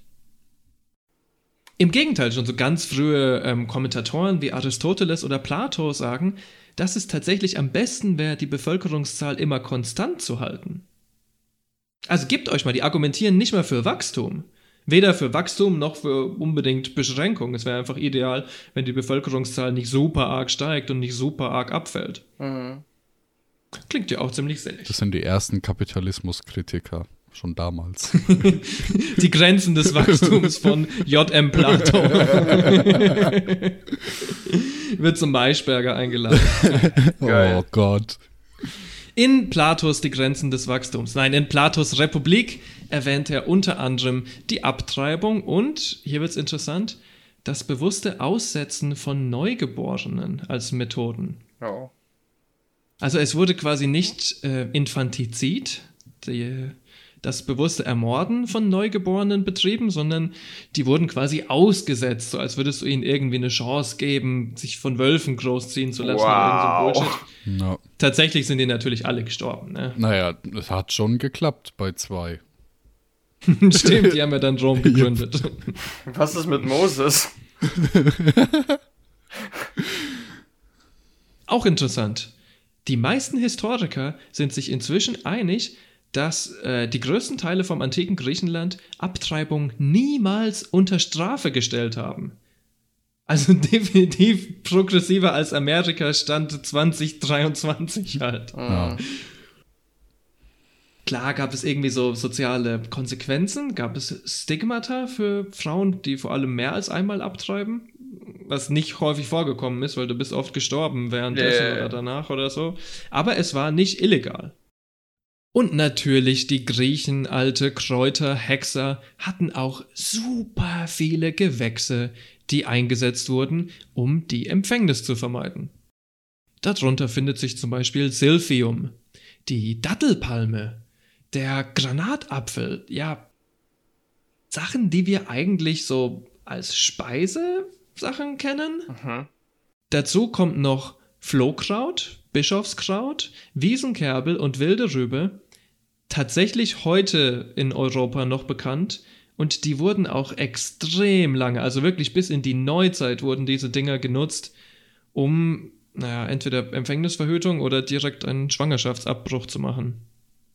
Im Gegenteil, schon so ganz frühe ähm, Kommentatoren wie Aristoteles oder Plato sagen, dass es tatsächlich am besten wäre, die Bevölkerungszahl immer konstant zu halten. Also gebt euch mal, die argumentieren nicht mal für Wachstum. Weder für Wachstum noch für unbedingt Beschränkung. Es wäre einfach ideal, wenn die Bevölkerungszahl nicht super arg steigt und nicht super arg abfällt. Mhm. Klingt ja auch ziemlich sinnig. Das sind die ersten Kapitalismuskritiker. Schon damals. Die Grenzen des Wachstums von J M Plato. Wird zum Maischberger eingeladen. Geil. Oh Gott. In Platos Die Grenzen des Wachstums, nein, in Platos Republik erwähnt er unter anderem die Abtreibung und, hier wird's interessant, das bewusste Aussetzen von Neugeborenen als Methoden. Oh. Also es wurde quasi nicht äh, Infantizid, die, das bewusste Ermorden von Neugeborenen betrieben, sondern die wurden quasi ausgesetzt, so als würdest du ihnen irgendwie eine Chance geben, sich von Wölfen großziehen zu lassen. Wow. Oder irgend so ein Bullshit. Ja. Tatsächlich sind die natürlich alle gestorben, ne? Naja, es hat schon geklappt bei zwei. Stimmt, die haben ja dann Rom gegründet. Was ist mit Moses? Auch interessant. Die meisten Historiker sind sich inzwischen einig, dass äh, die größten Teile vom antiken Griechenland Abtreibung niemals unter Strafe gestellt haben. Also definitiv progressiver als Amerika Stand zwanzig dreiundzwanzig halt. Ja. Klar gab es irgendwie so soziale Konsequenzen, gab es Stigmata für Frauen, die vor allem mehr als einmal abtreiben, was nicht häufig vorgekommen ist, weil du bist oft gestorben währenddessen Yeah. oder danach oder so. Aber es war nicht illegal. Und natürlich die Griechen, alte Kräuter, Hexer, hatten auch super viele Gewächse, die eingesetzt wurden, um die Empfängnis zu vermeiden. Darunter findet sich zum Beispiel Silphium, die Dattelpalme, der Granatapfel, ja, Sachen, die wir eigentlich so als Speisesachen kennen. Mhm. Dazu kommt noch Flohkraut, Bischofskraut, Wiesenkerbel und wilde Rübe. Tatsächlich heute in Europa noch bekannt. Und die wurden auch extrem lange, also wirklich bis in die Neuzeit wurden diese Dinger genutzt, um, naja, entweder Empfängnisverhütung oder direkt einen Schwangerschaftsabbruch zu machen.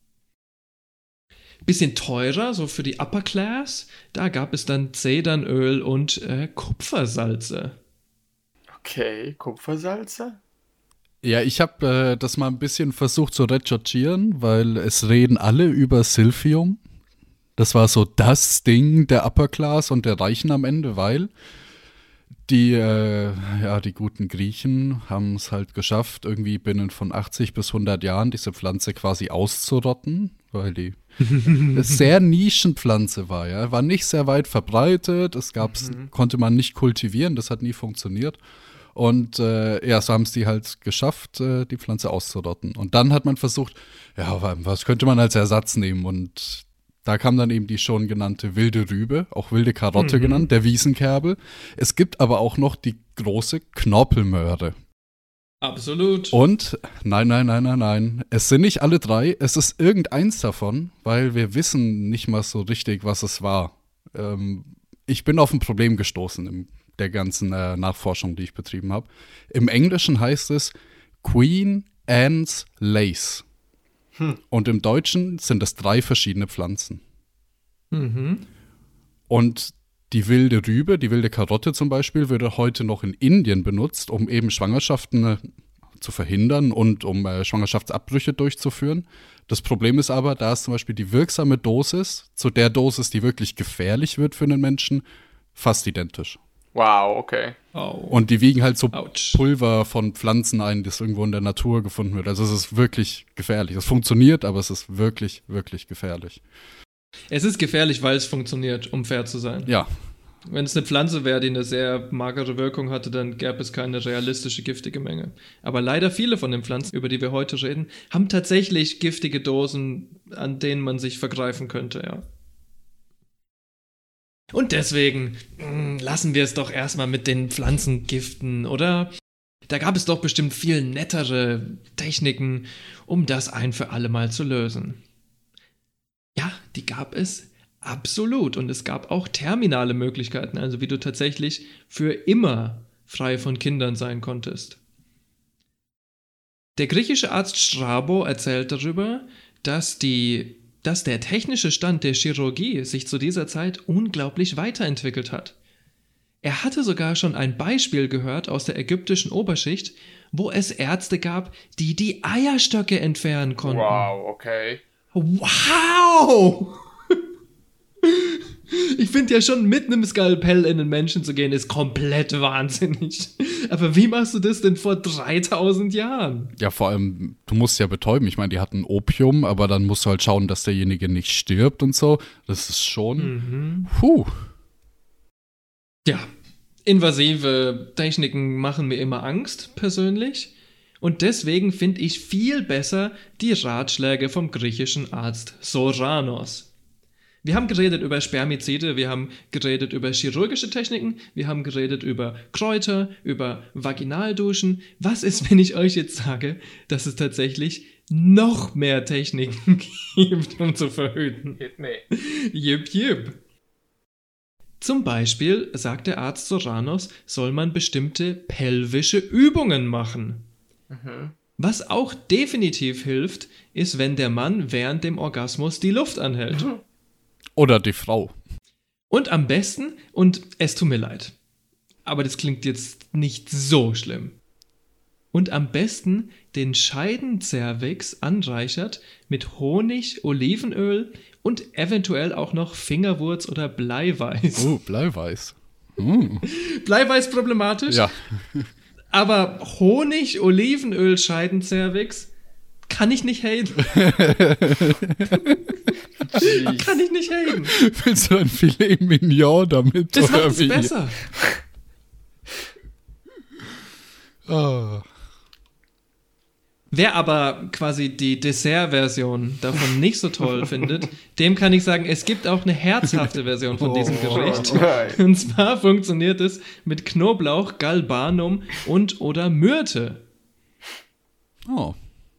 Bisschen teurer, so für die Upper Class, da gab es dann Zedernöl und äh, Kupfersalze. Okay, Kupfersalze? Ja, ich habe äh, das mal ein bisschen versucht zu recherchieren, weil es reden alle über Silphium. Das war so das Ding der Upper Class und der Reichen am Ende, weil die, äh, ja, die guten Griechen haben es halt geschafft, irgendwie binnen von achtzig bis hundert Jahren diese Pflanze quasi auszurotten, weil die eine sehr Nischenpflanze war, ja. War nicht sehr weit verbreitet, es gab's, mhm. konnte man nicht kultivieren, das hat nie funktioniert. Und äh, ja, so haben es die halt geschafft, äh, die Pflanze auszurotten. Und dann hat man versucht, ja, was könnte man als Ersatz nehmen? Und da kam dann eben die schon genannte wilde Rübe, auch wilde Karotte mhm. genannt, der Wiesenkerbel. Es gibt aber auch noch die große Knorpelmöhre. Absolut. Und, nein, nein, nein, nein, nein, es sind nicht alle drei, es ist irgendeins davon, weil wir wissen nicht mal so richtig, was es war. Ähm, ich bin auf ein Problem gestoßen in der ganzen äh, Nachforschung, die ich betrieben habe. Im Englischen heißt es Queen Anne's Lace. Hm. Und im Deutschen sind es drei verschiedene Pflanzen. Mhm. Und die wilde Rübe, die wilde Karotte zum Beispiel, wird heute noch in Indien benutzt, um eben Schwangerschaften äh, zu verhindern und um äh, Schwangerschaftsabbrüche durchzuführen. Das Problem ist aber, da ist zum Beispiel die wirksame Dosis zu der Dosis, die wirklich gefährlich wird für einen Menschen, fast identisch. Wow, okay. Oh. Und die wiegen halt so Ouch. Pulver von Pflanzen ein, das irgendwo in der Natur gefunden wird. Also es ist wirklich gefährlich. Es funktioniert, aber es ist wirklich, wirklich gefährlich. Es ist gefährlich, weil es funktioniert, um fair zu sein. Ja. Wenn es eine Pflanze wäre, die eine sehr magere Wirkung hatte, dann gäbe es keine realistische giftige Menge. Aber leider viele von den Pflanzen, über die wir heute reden, haben tatsächlich giftige Dosen, an denen man sich vergreifen könnte, ja. Und deswegen mh, lassen wir es doch erstmal mit den Pflanzengiften, oder? Da gab es doch bestimmt viel nettere Techniken, um das ein für alle Mal zu lösen. Ja, die gab es absolut. Und es gab auch terminale Möglichkeiten, also wie du tatsächlich für immer frei von Kindern sein konntest. Der griechische Arzt Strabo erzählt darüber, dass die dass der technische Stand der Chirurgie sich zu dieser Zeit unglaublich weiterentwickelt hat. Er hatte sogar schon ein Beispiel gehört aus der ägyptischen Oberschicht, wo es Ärzte gab, die die Eierstöcke entfernen konnten. Wow, okay. Wow! Ich finde ja schon, mit einem Skalpell in den Menschen zu gehen, ist komplett wahnsinnig. Aber wie machst du das denn vor dreitausend Jahren? Ja, vor allem, du musst ja betäuben. Ich meine, die hatten Opium, aber dann musst du halt schauen, dass derjenige nicht stirbt und so. Das ist schon, Mhm. puh. Ja, invasive Techniken machen mir immer Angst, persönlich. Und deswegen finde ich viel besser die Ratschläge vom griechischen Arzt Soranos. Wir haben geredet über Spermizide, wir haben geredet über chirurgische Techniken, wir haben geredet über Kräuter, über Vaginalduschen. Was ist, wenn ich euch jetzt sage, dass es tatsächlich noch mehr Techniken gibt, um zu verhüten? Hit me. Jip, jip. Zum Beispiel, sagt der Arzt Soranos, soll man bestimmte pelvische Übungen machen. Mhm. Was auch definitiv hilft, ist, wenn der Mann während dem Orgasmus die Luft anhält. Mhm. Oder die Frau. Und am besten, und es tut mir leid, aber das klingt jetzt nicht so schlimm. Und am besten den Scheidenzervix anreichert mit Honig, Olivenöl und eventuell auch noch Fingerwurz oder Bleiweiß. Oh, Bleiweiß. Mm. Bleiweiß problematisch, Ja. aber Honig, Olivenöl, Scheidenzervix kann ich nicht haten. Kann ich nicht haten. Willst du ein Filet Mignon damit? Das oder macht es wie? besser. Ah. Wer aber quasi die Dessert-Version davon nicht so toll findet, dem kann ich sagen, es gibt auch eine herzhafte Version von diesem Oh, Gericht. nein. Und zwar funktioniert es mit Knoblauch, Galbanum und oder Myrte. Oh.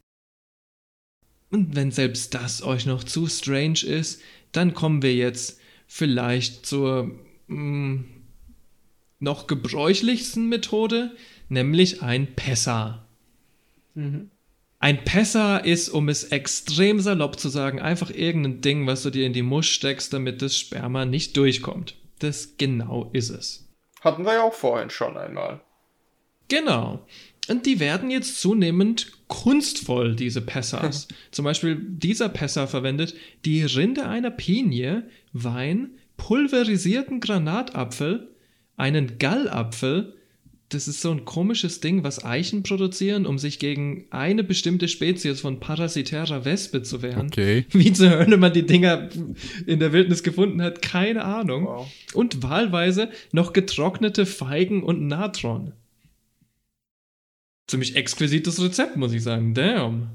Und wenn selbst das euch noch zu strange ist, dann kommen wir jetzt vielleicht zur mh, noch gebräuchlichsten Methode, nämlich ein Pessa. Mhm. Ein Pessa ist, um es extrem salopp zu sagen, einfach irgendein Ding, was du dir in die Musch steckst, damit das Sperma nicht durchkommt. Das genau ist es. Hatten wir ja auch vorhin schon einmal. Genau. Und die werden jetzt zunehmend kunstvoll, diese Pessas. Zum Beispiel dieser Pessa verwendet die Rinde einer Pinie, Wein, pulverisierten Granatapfel, einen Gallapfel. Das ist so ein komisches Ding, was Eichen produzieren, um sich gegen eine bestimmte Spezies von parasitärer Wespe zu wehren. Okay. Wie zur Hölle man die Dinger in der Wildnis gefunden hat, keine Ahnung. Wow. Und wahlweise noch getrocknete Feigen und Natron. Ziemlich exquisites Rezept, muss ich sagen. Damn.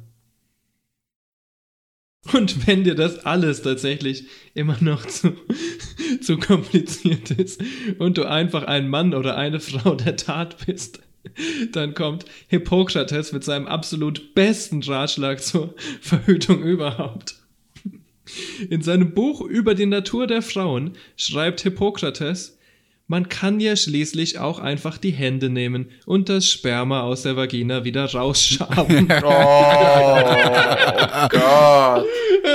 Und wenn dir das alles tatsächlich immer noch zu, zu kompliziert ist und du einfach ein Mann oder eine Frau der Tat bist, dann kommt Hippokrates mit seinem absolut besten Ratschlag zur Verhütung überhaupt. In seinem Buch über die Natur der Frauen schreibt Hippokrates: Man kann ja schließlich auch einfach die Hände nehmen und das Sperma aus der Vagina wieder rausschaben. Oh Gott.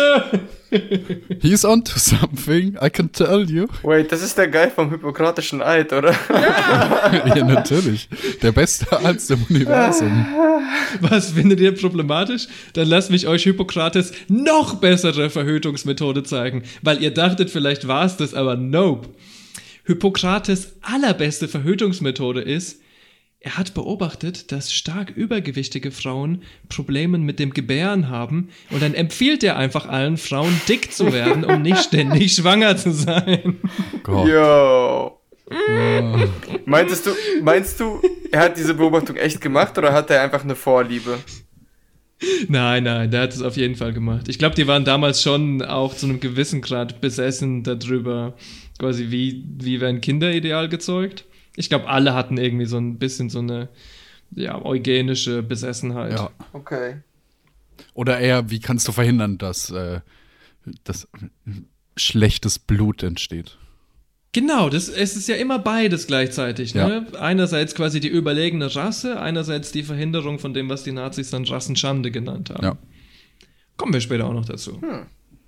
He's onto something, I can tell you. Wait, das ist der Guy vom Hippokratischen Eid, oder? Ja, natürlich. Der beste Arzt im Universum. Was findet ihr problematisch? Dann lasst mich euch Hippokrates noch bessere Verhütungsmethode zeigen, weil ihr dachtet, vielleicht war es das, aber nope. Hippokrates' allerbeste Verhütungsmethode ist, er hat beobachtet, dass stark übergewichtige Frauen Probleme mit dem Gebären haben und dann empfiehlt er einfach allen Frauen, dick zu werden, um nicht ständig schwanger zu sein. Gott. Yo. Meintest du, meinst du, er hat diese Beobachtung echt gemacht oder hat er einfach eine Vorliebe? Nein, nein, der hat es auf jeden Fall gemacht. Ich glaube, die waren damals schon auch zu einem gewissen Grad besessen darüber, quasi wie, wie werden Kinder ideal gezeugt. Ich glaube, alle hatten irgendwie so ein bisschen so eine ja, eugenische Besessenheit. Ja. Okay. Oder eher, wie kannst du verhindern, dass, äh, dass schlechtes Blut entsteht? Genau, das, es ist ja immer beides gleichzeitig. Ne? Ja. Einerseits quasi die überlegene Rasse, einerseits die Verhinderung von dem, was die Nazis dann Rassenschande genannt haben. Ja. Kommen wir später auch noch dazu. Hm.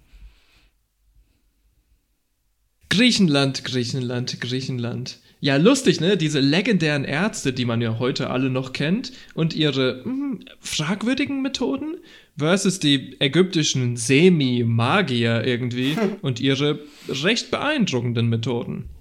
Griechenland, Griechenland, Griechenland. Ja, lustig, ne? Diese legendären Ärzte, die man ja heute alle noch kennt, und ihre mh, fragwürdigen Methoden versus die ägyptischen Semi-Magier irgendwie und ihre recht beeindruckenden Methoden.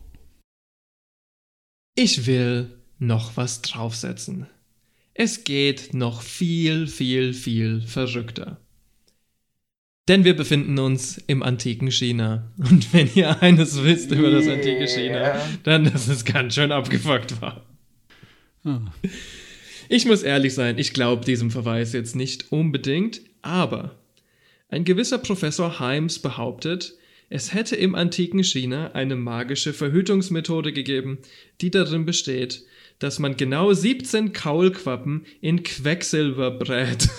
Ich will noch was draufsetzen. Es geht noch viel, viel, viel verrückter. Denn wir befinden uns im antiken China. Und wenn ihr eines wisst über das antike China, dann, dass es ganz schön abgefuckt war. Hm. Ich muss ehrlich sein, ich glaube diesem Verweis jetzt nicht unbedingt, aber ein gewisser Professor Himes behauptet, es hätte im antiken China eine magische Verhütungsmethode gegeben, die darin besteht, dass man genau siebzehn Kaulquappen in Quecksilber brät.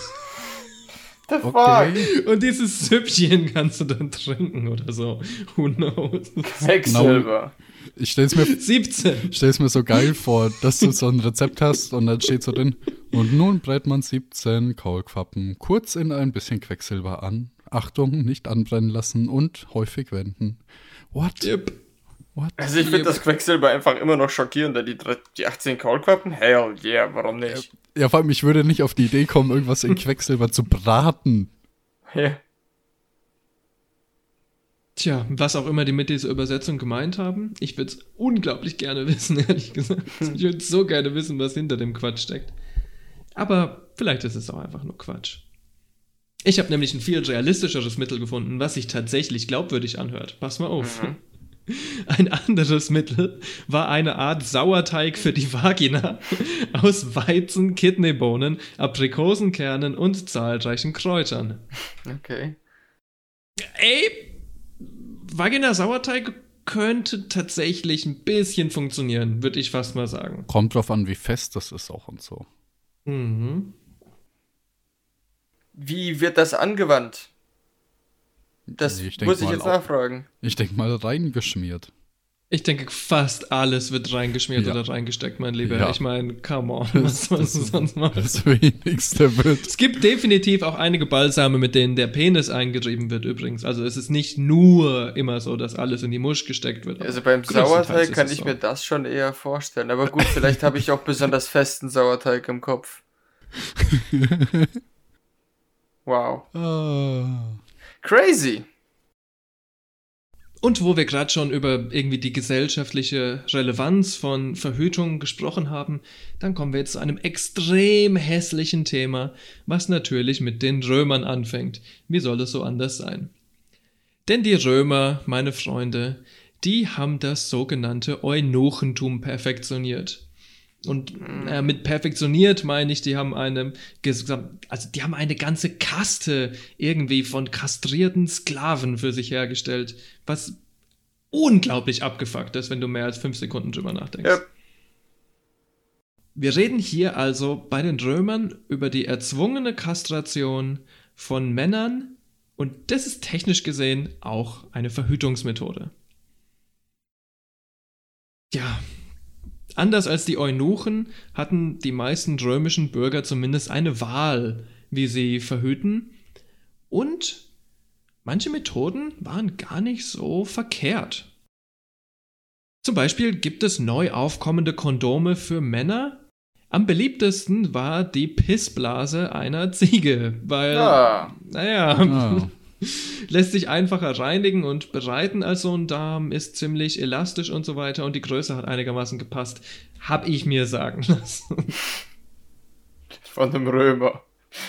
Okay. Und dieses Süppchen kannst du dann trinken oder so. Who knows? Quecksilber. Ich stell's mir, siebzehn. stell's mir so geil vor, dass du so ein Rezept hast und dann steht so drin, und nun brät man siebzehn Kaulquappen kurz in ein bisschen Quecksilber an. Achtung, nicht anbrennen lassen und häufig wenden. What? Yep. What? Also ich finde das Quecksilber einfach immer noch schockierender. Die, die achtzehn Kaulquappen? Hell yeah, warum nicht? Ja, vor allem, ich würde nicht auf die Idee kommen, irgendwas in Quecksilber zu braten. Ja. Tja, was auch immer die mit dieser Übersetzung gemeint haben, ich würde es unglaublich gerne wissen, ehrlich gesagt. Ich würde so gerne wissen, was hinter dem Quatsch steckt. Aber vielleicht ist es auch einfach nur Quatsch. Ich habe nämlich ein viel realistischeres Mittel gefunden, was sich tatsächlich glaubwürdig anhört. Pass mal auf. Mhm. Ein anderes Mittel war eine Art Sauerteig für die Vagina aus Weizen, Kidneybohnen, Aprikosenkernen und zahlreichen Kräutern. Okay. Ey, Vagina-Sauerteig könnte tatsächlich ein bisschen funktionieren, würde ich fast mal sagen. Kommt drauf an, wie fest das ist auch und so. Mhm. Wie wird das angewandt? Das Ich denk muss ich mal jetzt auch- nachfragen. Ich denke mal reingeschmiert. Ich denke, fast alles wird reingeschmiert Ja. oder reingesteckt, mein Lieber. Ja. Ich meine, come on, was sollst du sonst machen? Das wenigste wird. Es gibt definitiv auch einige Balsame, mit denen der Penis eingerieben wird übrigens. Also es ist nicht nur immer so, dass alles in die Musch gesteckt wird. Also beim Größtenteils Sauerteig ist kann es ich so. mir das schon eher vorstellen. Aber gut, vielleicht habe ich auch besonders festen Sauerteig im Kopf. Wow. Ah. Crazy. Und wo wir gerade schon über irgendwie die gesellschaftliche Relevanz von Verhütung gesprochen haben, dann kommen wir jetzt zu einem extrem hässlichen Thema, was natürlich mit den Römern anfängt. Wie soll es so anders sein? Denn die Römer, meine Freunde, die haben das sogenannte Eunuchentum perfektioniert. Und äh, mit perfektioniert meine ich, die haben eine gesam- also die haben eine ganze Kaste irgendwie von kastrierten Sklaven für sich hergestellt, was unglaublich abgefuckt ist, wenn du mehr als fünf Sekunden drüber nachdenkst. Ja. Wir reden hier also bei den Römern über die erzwungene Kastration von Männern und das ist technisch gesehen auch eine Verhütungsmethode. Ja, anders als die Eunuchen hatten die meisten römischen Bürger zumindest eine Wahl, wie sie verhüten. Und manche Methoden waren gar nicht so verkehrt. Zum Beispiel gibt es neu aufkommende Kondome für Männer. Am beliebtesten war die Pissblase einer Ziege, weil, Ah. naja, Ah. lässt sich einfacher reinigen und bereiten als so ein Darm, ist ziemlich elastisch und so weiter und die Größe hat einigermaßen gepasst. Hab ich mir sagen lassen. Von einem Römer.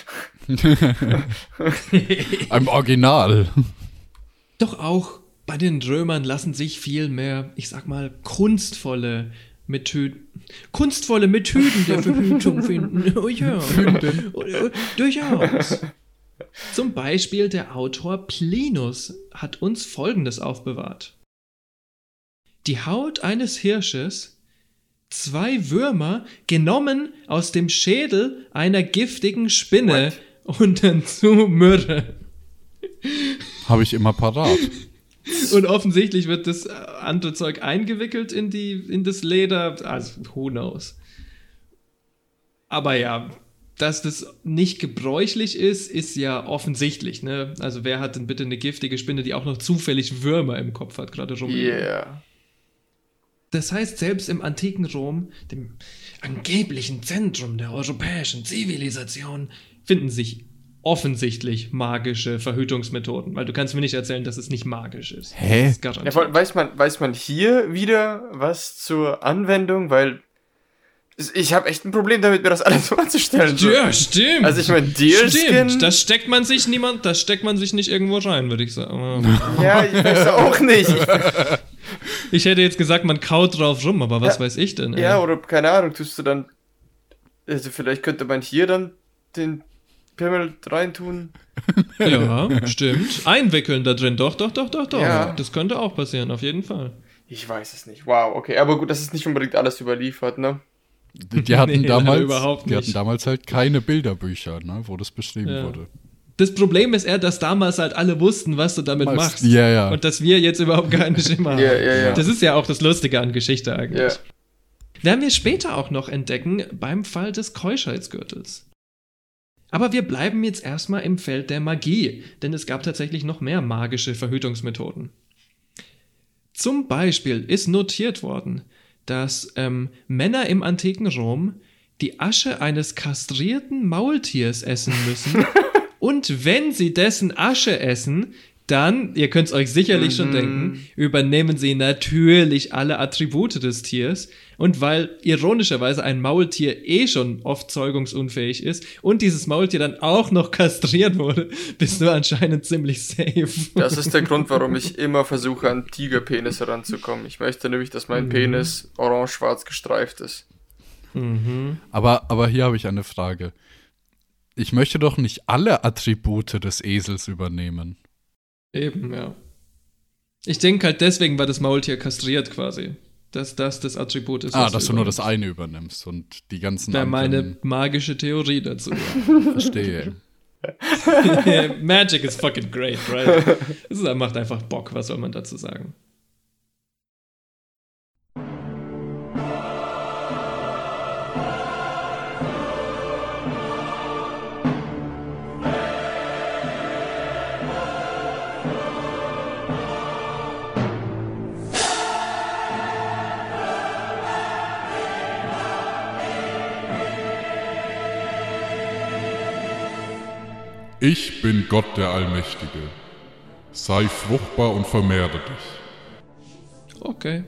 Im Original. Doch auch bei den Römern lassen sich viel mehr, ich sag mal, kunstvolle Methoden, kunstvolle Methoden der Verhütung finden. Oh ja, äh, durchaus. Zum Beispiel der Autor Plinus hat uns Folgendes aufbewahrt. Die Haut eines Hirsches, zwei Würmer genommen aus dem Schädel einer giftigen Spinne und dazu Myrrhe. Habe ich immer parat. Und offensichtlich wird das andere Zeug eingewickelt in, die, in das Leder. Also, who knows. Aber ja, dass das nicht gebräuchlich ist, ist ja offensichtlich, ne? Also wer hat denn bitte eine giftige Spinne, die auch noch zufällig Würmer im Kopf hat, gerade rumliegen? Yeah. Das heißt, selbst im antiken Rom, dem angeblichen Zentrum der europäischen Zivilisation, finden sich offensichtlich magische Verhütungsmethoden. Weil du kannst mir nicht erzählen, dass es nicht magisch ist. Hä? Das ist garantiert. Ja, vor allem weiß man, weiß man hier wieder was zur Anwendung, weil ich habe echt ein Problem damit, mir das alles vorzustellen. So. Ja, stimmt. Also ich meine, Deerskin. Stimmt, das steckt man sich niemand, das steckt man sich nicht irgendwo rein, würde ich sagen. Ja, ich weiß auch nicht. Ich, Ich hätte jetzt gesagt, man kaut drauf rum, aber was Ja. weiß ich denn? Ey? ja, oder keine Ahnung, tust du dann. Also vielleicht könnte man hier dann den Pimmel reintun. Ja, stimmt. Einwickeln da drin, doch, doch, doch, doch, doch. Ja. Das könnte auch passieren, auf jeden Fall. Ich weiß es nicht. Wow, okay. Aber gut, das ist nicht unbedingt alles überliefert, ne? Die, die hatten Nee, damals, überhaupt die hatten nicht. damals halt keine Bilderbücher, ne, wo das beschrieben Ja. wurde. Das Problem ist eher, dass damals halt alle wussten, was du damit Was- machst. ja, ja. Und dass wir jetzt überhaupt keine Schimmer haben. Ja, ja, ja. Das ist ja auch das Lustige an Geschichte eigentlich. Ja. Werden wir später auch noch entdecken beim Fall des Keuschheitsgürtels. Aber wir bleiben jetzt erstmal im Feld der Magie, denn es gab tatsächlich noch mehr magische Verhütungsmethoden. Zum Beispiel ist notiert worden, dass ähm, Männer im antiken Rom die Asche eines kastrierten Maultiers essen müssen und wenn sie dessen Asche essen, dann, ihr könnt es euch sicherlich Mhm. schon denken, übernehmen sie natürlich alle Attribute des Tiers. Und weil ironischerweise ein Maultier eh schon oft zeugungsunfähig ist und dieses Maultier dann auch noch kastriert wurde, bist du anscheinend ziemlich safe. Das ist der Grund, warum ich immer versuche, an Tigerpenis heranzukommen. Ich möchte nämlich, dass mein Penis orange-schwarz gestreift ist. Aber, aber hier habe ich eine Frage. Ich möchte doch nicht alle Attribute des Esels übernehmen. Eben, ja. Ich denke halt, deswegen war das Maultier kastriert quasi. Dass das das Attribut ist. Ah, was dass du du nur das übernimmst. eine übernimmst und die ganzen Wäre meine anderen. magische Theorie dazu. Verstehe. Magic is fucking great, right? Es ist- macht einfach Bock, was soll man dazu sagen? Ich bin Gott der Allmächtige. Sei fruchtbar und vermehre dich. Okay.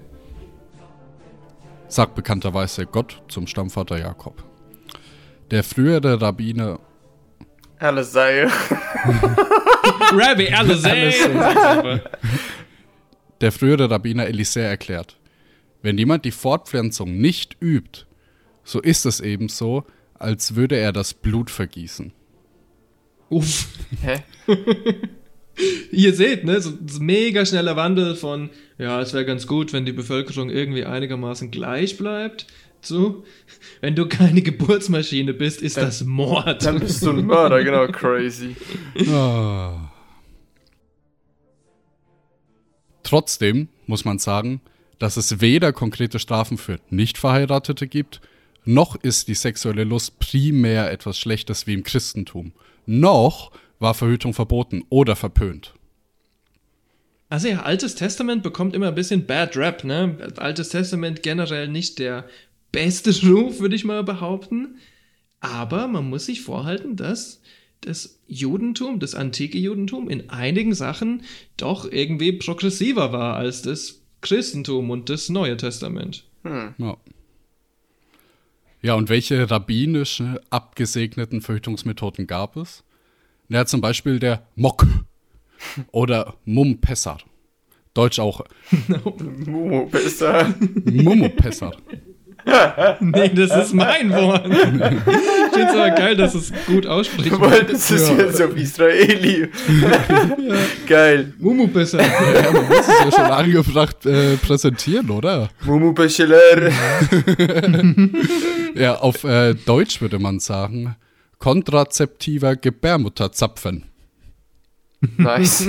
Sagt bekannterweise Gott zum Stammvater Jakob. Der frühere Rabbiner, Alles sei. Rabbi Alizé! der frühere Rabbiner Elisä erklärt, wenn jemand die Fortpflanzung nicht übt, so ist es ebenso, als würde er das Blut vergießen. Uff. Hä? Ihr seht, ne, so ein mega schneller Wandel von, ja, es wäre ganz gut, wenn die Bevölkerung irgendwie einigermaßen gleich bleibt, zu, wenn du keine Geburtsmaschine bist, ist Dann- das Mord. Dann bist du ein Mörder, genau, crazy. Ah. Trotzdem muss man sagen, dass es weder konkrete Strafen für Nicht-Verheiratete gibt, noch ist die sexuelle Lust primär etwas Schlechtes wie im Christentum, noch war Verhütung verboten oder verpönt. Also ja, Altes Testament bekommt immer ein bisschen Bad Rap, ne? Altes Testament generell nicht der beste Ruf, würde ich mal behaupten. Aber man muss sich vorhalten, dass das Judentum, das antike Judentum in einigen Sachen doch irgendwie progressiver war als das Christentum und das Neue Testament. Ja. Ja, und welche rabbinischen abgesegneten Verhütungsmethoden gab es? Ja, zum Beispiel der Mok oder Mum Pessar. Deutsch auch Momo, besser. Mumu Pessar. Nee, das ist mein Wort. Ich finde es aber geil, dass es gut ausspricht. Du wolltest es jetzt auf Israeli. Geil. Mumu besser. Ja, man muss es ja schon angebracht äh, präsentieren, oder? Momo Bachelor. Ja, auf äh, Deutsch würde man sagen, kontrazeptiver Gebärmutterzapfen. Nice.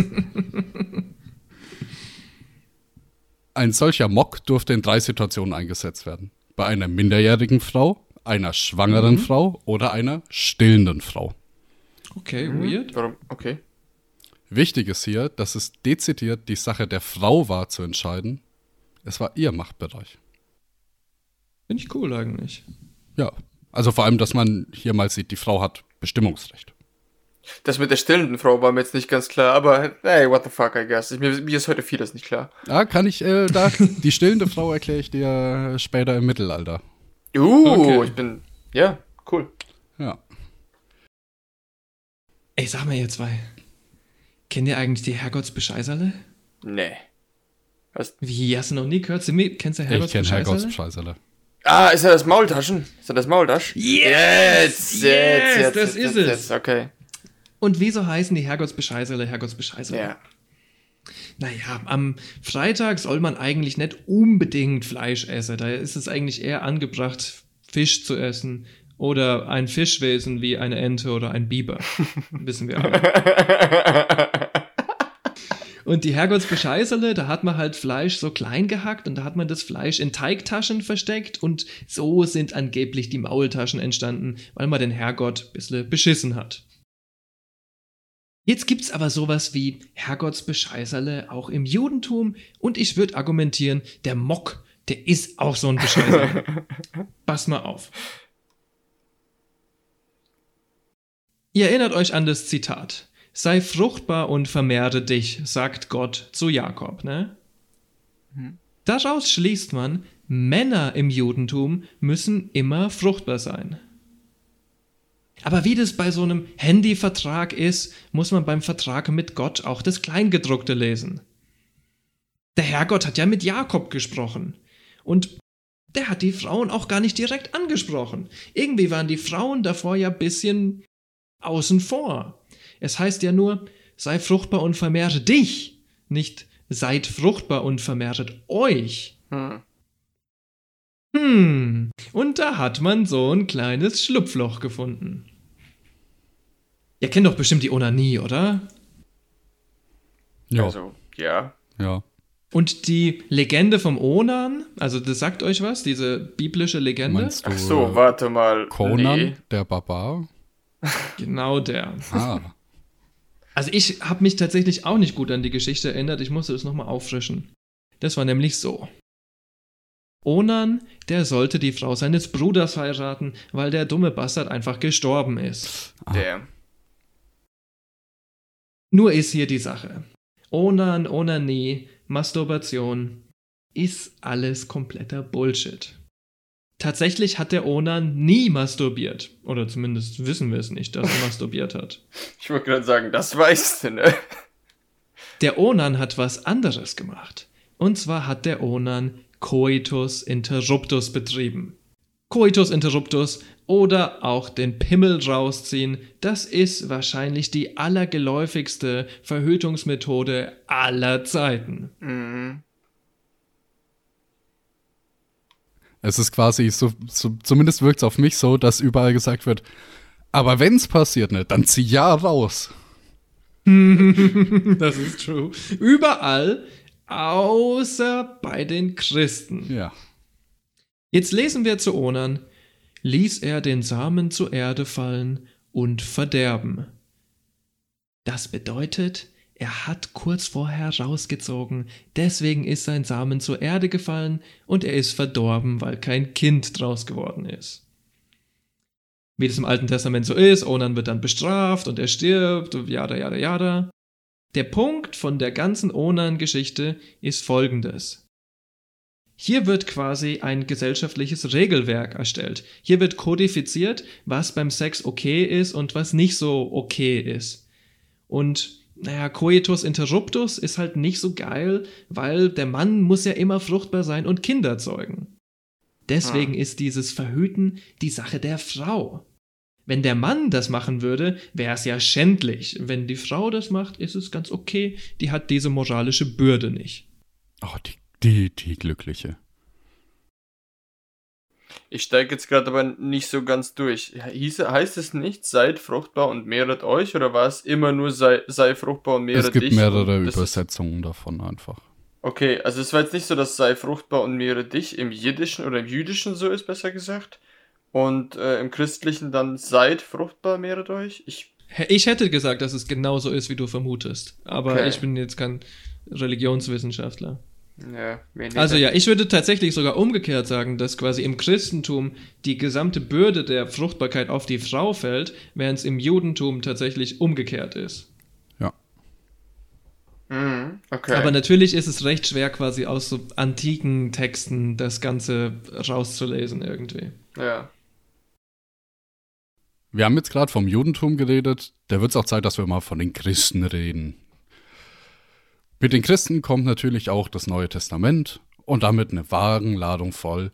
Ein solcher Mock durfte in drei Situationen eingesetzt werden. Bei einer minderjährigen Frau, einer schwangeren Frau oder einer stillenden Frau. Okay, weird. Warum? Okay. Wichtig ist hier, dass es dezidiert die Sache der Frau war zu entscheiden. Es war ihr Machtbereich. Finde ich cool eigentlich. Ja, also vor allem, dass man hier mal sieht, die Frau hat Bestimmungsrecht. Das mit der stillenden Frau war mir jetzt nicht ganz klar, aber hey, what the fuck, I guess. Ich, mir, mir ist heute vieles nicht klar. Ja, kann ich, äh, da, die stillende Frau erkläre ich dir später im Mittelalter. Uh, Okay. ich bin, ja, cool. Ja. Ey, sag mal ihr zwei. Kennt ihr eigentlich die Herrgottsbescheißerle? Nee. Was? Wie, hast du noch nie gehört? Simi, kennst du Ich kenne Herrgottsbescheißerle? Herrgottsbescheißerle. Ah, ist er das Maultaschen? Ist er das Maultasch? Yes! Jetzt, jetzt, Yes, jetzt, das jetzt, ist jetzt, es. Jetzt, okay. Und wieso heißen die Herrgottsbescheißerle Herrgottsbescheißerle? Ja. Naja, am Freitag soll man eigentlich nicht unbedingt Fleisch essen. Da ist es eigentlich eher angebracht, Fisch zu essen. Oder ein Fischwesen wie eine Ente oder ein Biber. Wissen wir alle. Und die Herrgottsbescheißerle, da hat man halt Fleisch so klein gehackt und da hat man das Fleisch in Teigtaschen versteckt und so sind angeblich die Maultaschen entstanden, weil man den Herrgott ein bisschen beschissen hat. Jetzt gibt's aber sowas wie Herrgottsbescheißerle auch im Judentum und ich würde argumentieren, der Mock, der ist auch so ein Bescheißerle. Pass mal auf. Ihr erinnert euch an das Zitat. sei fruchtbar und vermehre dich, sagt Gott zu Jakob, ne? Mhm. Daraus schließt man, Männer im Judentum müssen immer fruchtbar sein. Aber wie das bei so einem Handyvertrag ist, muss man beim Vertrag mit Gott auch das Kleingedruckte lesen. Der Herrgott hat ja mit Jakob gesprochen. Und der hat die Frauen auch gar nicht direkt angesprochen. Irgendwie waren die Frauen davor ja ein bisschen außen vor. Es heißt ja nur, sei fruchtbar und vermehre dich, nicht seid fruchtbar und vermehret euch. Hm. Hm, und da hat man so ein kleines Schlupfloch gefunden. Ihr kennt doch bestimmt die Onanie, oder? Ja. Also, ja. Ja. Und die Legende vom Onan, also das sagt euch was, diese biblische Legende? Meinst du, Ach so, warte mal. Conan, nee. der Barbar? Genau der. Ah. Also ich habe mich tatsächlich auch nicht gut an die Geschichte erinnert, ich musste es nochmal auffrischen. Das war nämlich so. Onan, der sollte die Frau seines Bruders heiraten, weil der dumme Bastard einfach gestorben ist. Ah. Der. Nur ist hier die Sache. Onan, Onanie, Masturbation ist alles kompletter Bullshit. Tatsächlich hat der Onan nie masturbiert. Oder zumindest wissen wir es nicht, dass er masturbiert hat. Ich wollte gerade sagen, das weißt du, ne? Der Onan hat was anderes gemacht. Und zwar hat der Onan Coitus interruptus betrieben. Coitus interruptus oder auch den Pimmel rausziehen, das ist wahrscheinlich die allergeläufigste Verhütungsmethode aller Zeiten. Mhm. Es ist quasi so, so zumindest wirkt es auf mich so, dass überall gesagt wird, aber wenn's passiert, ne, dann zieh ja raus. Das ist true. Überall, außer bei den Christen. Ja. Jetzt lesen wir zu Onan, ließ er den Samen zur Erde fallen und verderben. Das bedeutet, er hat kurz vorher rausgezogen, deswegen ist sein Samen zur Erde gefallen und er ist verdorben, weil kein Kind draus geworden ist. Wie das im Alten Testament so ist, Onan wird dann bestraft und er stirbt, jada, jada, jada. Der Punkt von der ganzen Onan-Geschichte ist folgendes. Hier wird quasi ein gesellschaftliches Regelwerk erstellt. Hier wird kodifiziert, was beim Sex okay ist und was nicht so okay ist. Und, naja, Coitus interruptus ist halt nicht so geil, weil der Mann muss ja immer fruchtbar sein und Kinder zeugen. Deswegen ah. ist dieses Verhüten die Sache der Frau. Wenn der Mann das machen würde, wäre es ja schändlich. Wenn die Frau das macht, ist es ganz okay. Die hat diese moralische Bürde nicht. Oh, die Die, die Glückliche. Ich steige jetzt gerade aber nicht so ganz durch. Hieß, heißt es nicht, seid fruchtbar und mehret euch? Oder war es immer nur, sei, sei fruchtbar und mehre dich? Es gibt dich mehrere Übersetzungen davon einfach. Okay, also es war jetzt nicht so, dass sei fruchtbar und mehre dich im Jiddischen oder im Jüdischen so ist, besser gesagt. Und äh, im Christlichen dann seid fruchtbar, mehret euch? Ich, ich hätte gesagt, dass es genauso ist, wie du vermutest. Aber okay. Ich bin jetzt kein Religionswissenschaftler. Ja, also ja, ich würde tatsächlich sogar umgekehrt sagen, dass quasi im Christentum die gesamte Bürde der Fruchtbarkeit auf die Frau fällt, während es im Judentum tatsächlich umgekehrt ist. Ja. Mhm, okay. Aber natürlich ist es recht schwer, quasi aus so antiken Texten das Ganze rauszulesen irgendwie. Ja. Wir haben jetzt gerade vom Judentum geredet, da wird es auch Zeit, dass wir mal von den Christen reden. Mit den Christen kommt natürlich auch das Neue Testament und damit eine Wagenladung voll.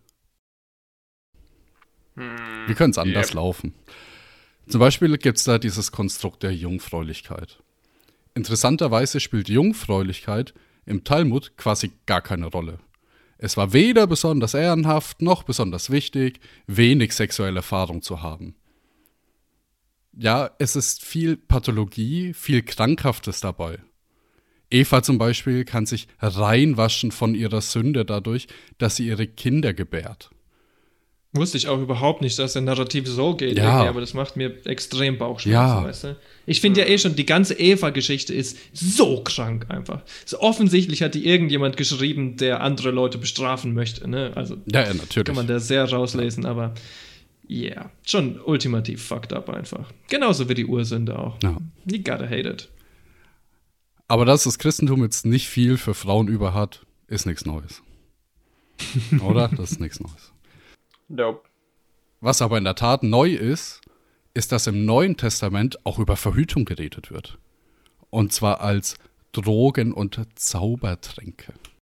Hm, Wie könnte es anders yep. laufen? Zum Beispiel gibt es da dieses Konstrukt der Jungfräulichkeit. Interessanterweise spielt Jungfräulichkeit im Talmud quasi gar keine Rolle. Es war weder besonders ehrenhaft noch besonders wichtig, wenig sexuelle Erfahrung zu haben. Ja, es ist viel Pathologie, viel Krankhaftes dabei. Eva zum Beispiel kann sich reinwaschen von ihrer Sünde dadurch, dass sie ihre Kinder gebärt. Wusste ich auch überhaupt nicht, dass der Narrativ so geht, ja. aber das macht mir extrem Bauchschmerzen, ja. weißt du? Ich finde ja eh schon, die ganze Eva-Geschichte ist so krank einfach. So offensichtlich hat die irgendjemand geschrieben, der andere Leute bestrafen möchte, ne? Also ja, ja, natürlich. Kann man da sehr rauslesen, aber Yeah, schon ultimativ fucked up einfach. Genauso wie die Ursünde auch. Ja. You gotta hate it. Aber dass das Christentum jetzt nicht viel für Frauen über hat, ist nichts Neues. Oder? Das ist nichts Neues. Nope. Was aber in der Tat neu ist, ist, dass im Neuen Testament auch über Verhütung geredet wird. Und zwar als Drogen- und Zaubertränke.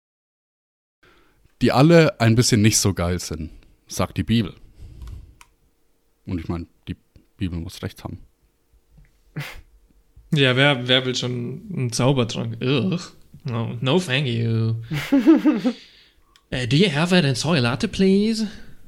Die alle ein bisschen nicht so geil sind, sagt die Bibel. Und ich meine, die Bibel muss recht haben. Ja, wer, wer will schon einen Zaubertrank? Ugh. No, no thank you. uh, do you have it in soy latte, please?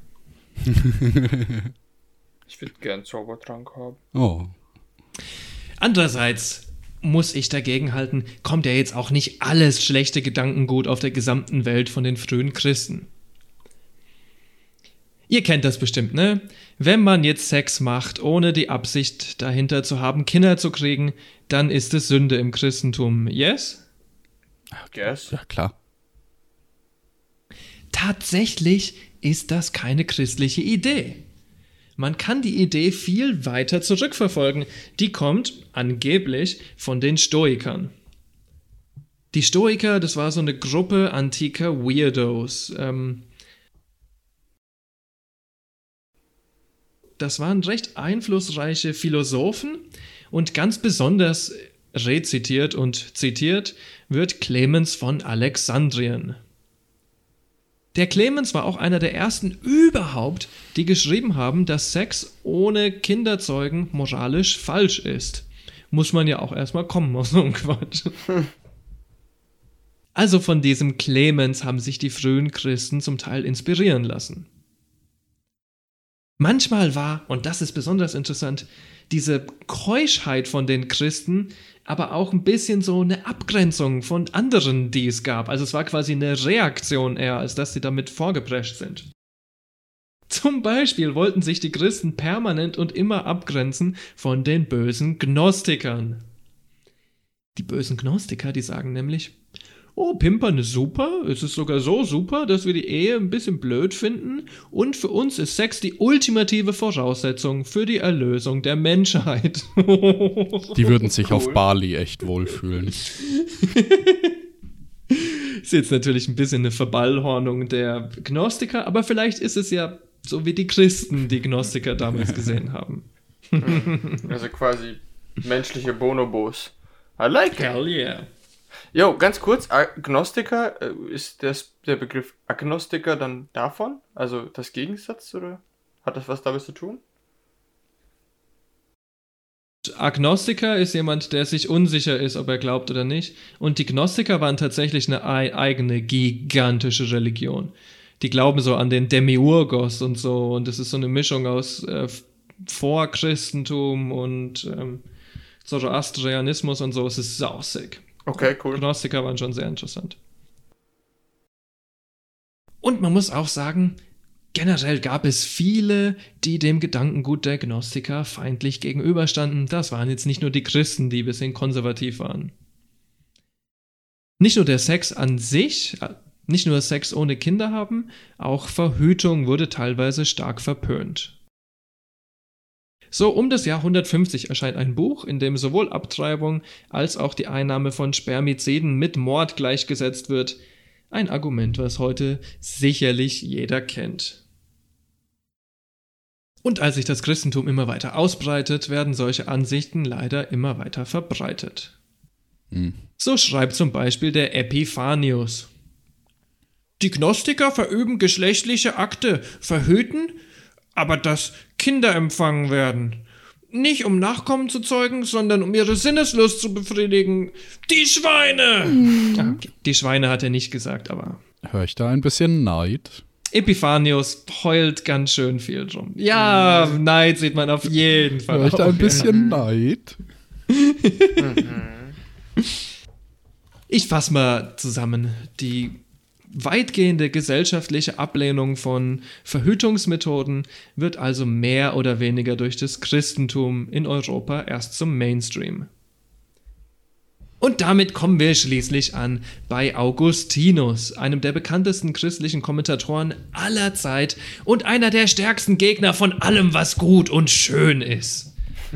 Ich würde gern Zaubertrank haben. Oh. Andererseits muss ich dagegen halten, kommt ja jetzt auch nicht alles schlechte Gedankengut auf der gesamten Welt von den frühen Christen. Ihr kennt das bestimmt, ne? Wenn man jetzt Sex macht, ohne die Absicht dahinter zu haben, Kinder zu kriegen, dann ist es Sünde im Christentum. Yes? Yes. Ja, klar. Tatsächlich ist das keine christliche Idee. Man kann die Idee viel weiter zurückverfolgen. Die kommt angeblich von den Stoikern. Die Stoiker, das war so eine Gruppe antiker Weirdos. Ähm, das waren recht einflussreiche Philosophen und ganz besonders rezitiert und zitiert wird Clemens von Alexandrien. Der Clemens war auch einer der ersten überhaupt, die geschrieben haben, dass Sex ohne Kinderzeugen moralisch falsch ist. Muss man ja auch erstmal kommen aus so einem Quatsch. Also von diesem Clemens haben sich die frühen Christen zum Teil inspirieren lassen. Manchmal war, und das ist besonders interessant, diese Keuschheit von den Christen aber auch ein bisschen so eine Abgrenzung von anderen, die es gab. Also es war quasi eine Reaktion eher, als dass sie damit vorgeprescht sind. Zum Beispiel wollten sich die Christen permanent und immer abgrenzen von den bösen Gnostikern. Die bösen Gnostiker, die sagen nämlich, oh, Pimpern ist super, es ist sogar so super, dass wir die Ehe ein bisschen blöd finden und für uns ist Sex die ultimative Voraussetzung für die Erlösung der Menschheit. Die würden sich Cool. auf Bali echt wohlfühlen. Ist jetzt natürlich ein bisschen eine Verballhornung der Gnostiker, aber vielleicht ist es ja so, wie die Christen die Gnostiker damals gesehen haben. Also quasi menschliche Bonobos. I like it. Hell yeah. Jo, ganz kurz, Agnostiker, äh, ist das, der Begriff Agnostiker dann davon? Also das Gegensatz, oder? Hat das was damit zu tun? Agnostiker ist jemand, der sich unsicher ist, ob er glaubt oder nicht. Und die Gnostiker waren tatsächlich eine ei- eigene gigantische Religion. Die glauben so an den Demiurgos und so. Und das ist so eine Mischung aus äh, Vorchristentum und ähm, Zoroastrianismus und so. Es ist sausick. Okay, cool. Gnostiker waren schon sehr interessant. Und man muss auch sagen, generell gab es viele, die dem Gedankengut der Gnostiker feindlich gegenüberstanden. Das waren jetzt nicht nur die Christen, die ein bisschen konservativ waren. Nicht nur der Sex an sich, nicht nur Sex ohne Kinder haben, auch Verhütung wurde teilweise stark verpönt. So um das Jahr hundertfünfzig erscheint ein Buch, in dem sowohl Abtreibung als auch die Einnahme von Spermiziden mit Mord gleichgesetzt wird. Ein Argument, was heute sicherlich jeder kennt. Und als sich das Christentum immer weiter ausbreitet, werden solche Ansichten leider immer weiter verbreitet. Hm. So schreibt zum Beispiel der Epiphanius. Die Gnostiker verüben geschlechtliche Akte, verhüten, aber dass Kinder empfangen werden. Nicht um Nachkommen zu zeugen, sondern um ihre Sinneslust zu befriedigen. Die Schweine! Ah, okay. Die Schweine hat er nicht gesagt, aber... Hör ich da ein bisschen Neid? Epiphanius heult ganz schön viel drum. Ja, Neid sieht man auf jeden Fall. Hör ich da auch, ein bisschen Neid? Ich fasse mal zusammen. Die weitgehende gesellschaftliche Ablehnung von Verhütungsmethoden wird also mehr oder weniger durch das Christentum in Europa erst zum Mainstream. Und damit kommen wir schließlich an bei Augustinus, einem der bekanntesten christlichen Kommentatoren aller Zeit und einer der stärksten Gegner von allem, was gut und schön ist.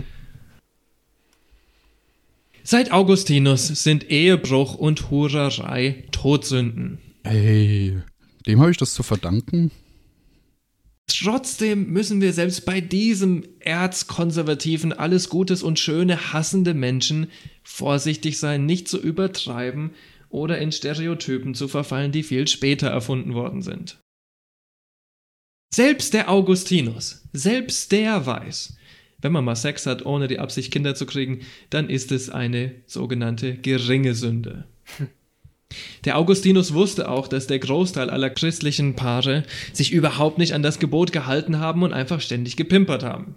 Seit Augustinus sind Ehebruch und Hurerei Todsünden. Ey, dem habe ich das zu verdanken? Trotzdem müssen wir selbst bei diesem erzkonservativen, alles Gutes und Schöne hassende Menschen vorsichtig sein, nicht zu übertreiben oder in Stereotypen zu verfallen, die viel später erfunden worden sind. Selbst der Augustinus, selbst der weiß, wenn man mal Sex hat, ohne die Absicht, Kinder zu kriegen, dann ist es eine sogenannte geringe Sünde. Der Augustinus wusste auch, dass der Großteil aller christlichen Paare sich überhaupt nicht an das Gebot gehalten haben und einfach ständig gepimpert haben.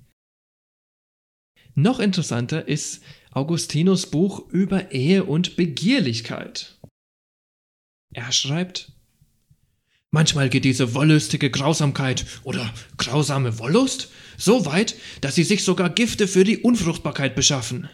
Noch interessanter ist Augustinus' Buch über Ehe und Begierlichkeit. Er schreibt: Manchmal geht diese wollüstige Grausamkeit oder grausame Wollust so weit, dass sie sich sogar Gifte für die Unfruchtbarkeit beschaffen.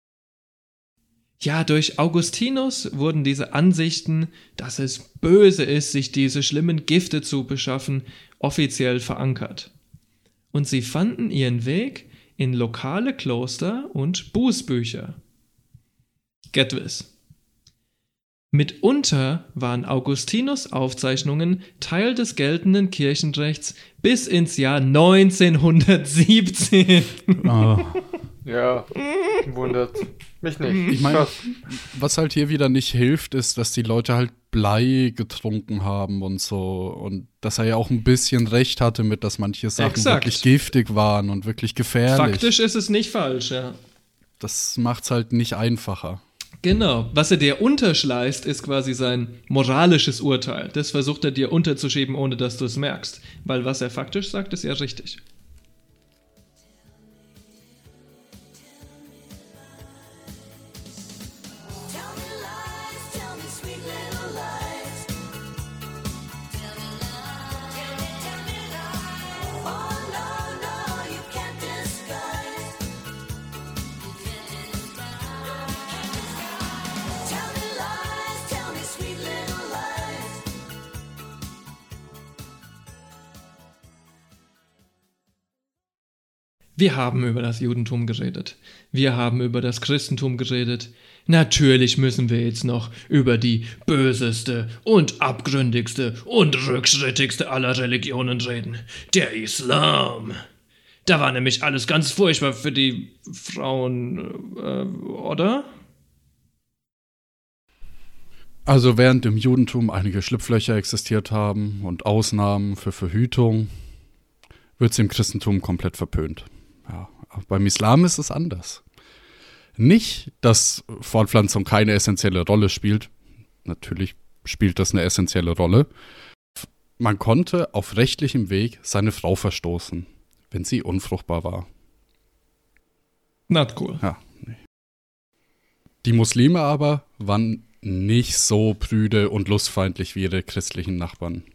Ja, durch Augustinus wurden diese Ansichten, dass es böse ist, sich diese schlimmen Gifte zu beschaffen, offiziell verankert. Und sie fanden ihren Weg in lokale Kloster und Bußbücher. Get this. Mitunter waren Augustinus' Aufzeichnungen Teil des geltenden Kirchenrechts bis ins Jahr neunzehnhundertsiebzehn. Oh. Ja, wundert mich nicht. Ich meine, was halt hier wieder nicht hilft, ist, dass die Leute halt Blei getrunken haben und so. Und dass er ja auch ein bisschen recht hatte mit, dass manche Sachen Exakt. wirklich giftig waren und wirklich gefährlich. Faktisch ist es nicht falsch, ja. Das macht's halt nicht einfacher. Genau. Was er dir unterschleißt, ist quasi sein moralisches Urteil. Das versucht er dir unterzuschieben, ohne dass du es merkst. Weil was er faktisch sagt, ist ja richtig. Wir haben über das Judentum geredet. Wir haben über das Christentum geredet. Natürlich müssen wir jetzt noch über die böseste und abgründigste und rückschrittigste aller Religionen reden. Der Islam. Da war nämlich alles ganz furchtbar für die Frauen, äh, oder? Also während im Judentum einige Schlupflöcher existiert haben und Ausnahmen für Verhütung, wird es im Christentum komplett verpönt. Ja, aber beim Islam ist es anders. Nicht, dass Fortpflanzung keine essentielle Rolle spielt. Natürlich spielt das eine essentielle Rolle. Man konnte auf rechtlichem Weg seine Frau verstoßen, wenn sie unfruchtbar war. Not cool. Ja, nee. Die Muslime aber waren nicht so prüde und lustfeindlich wie ihre christlichen Nachbarn.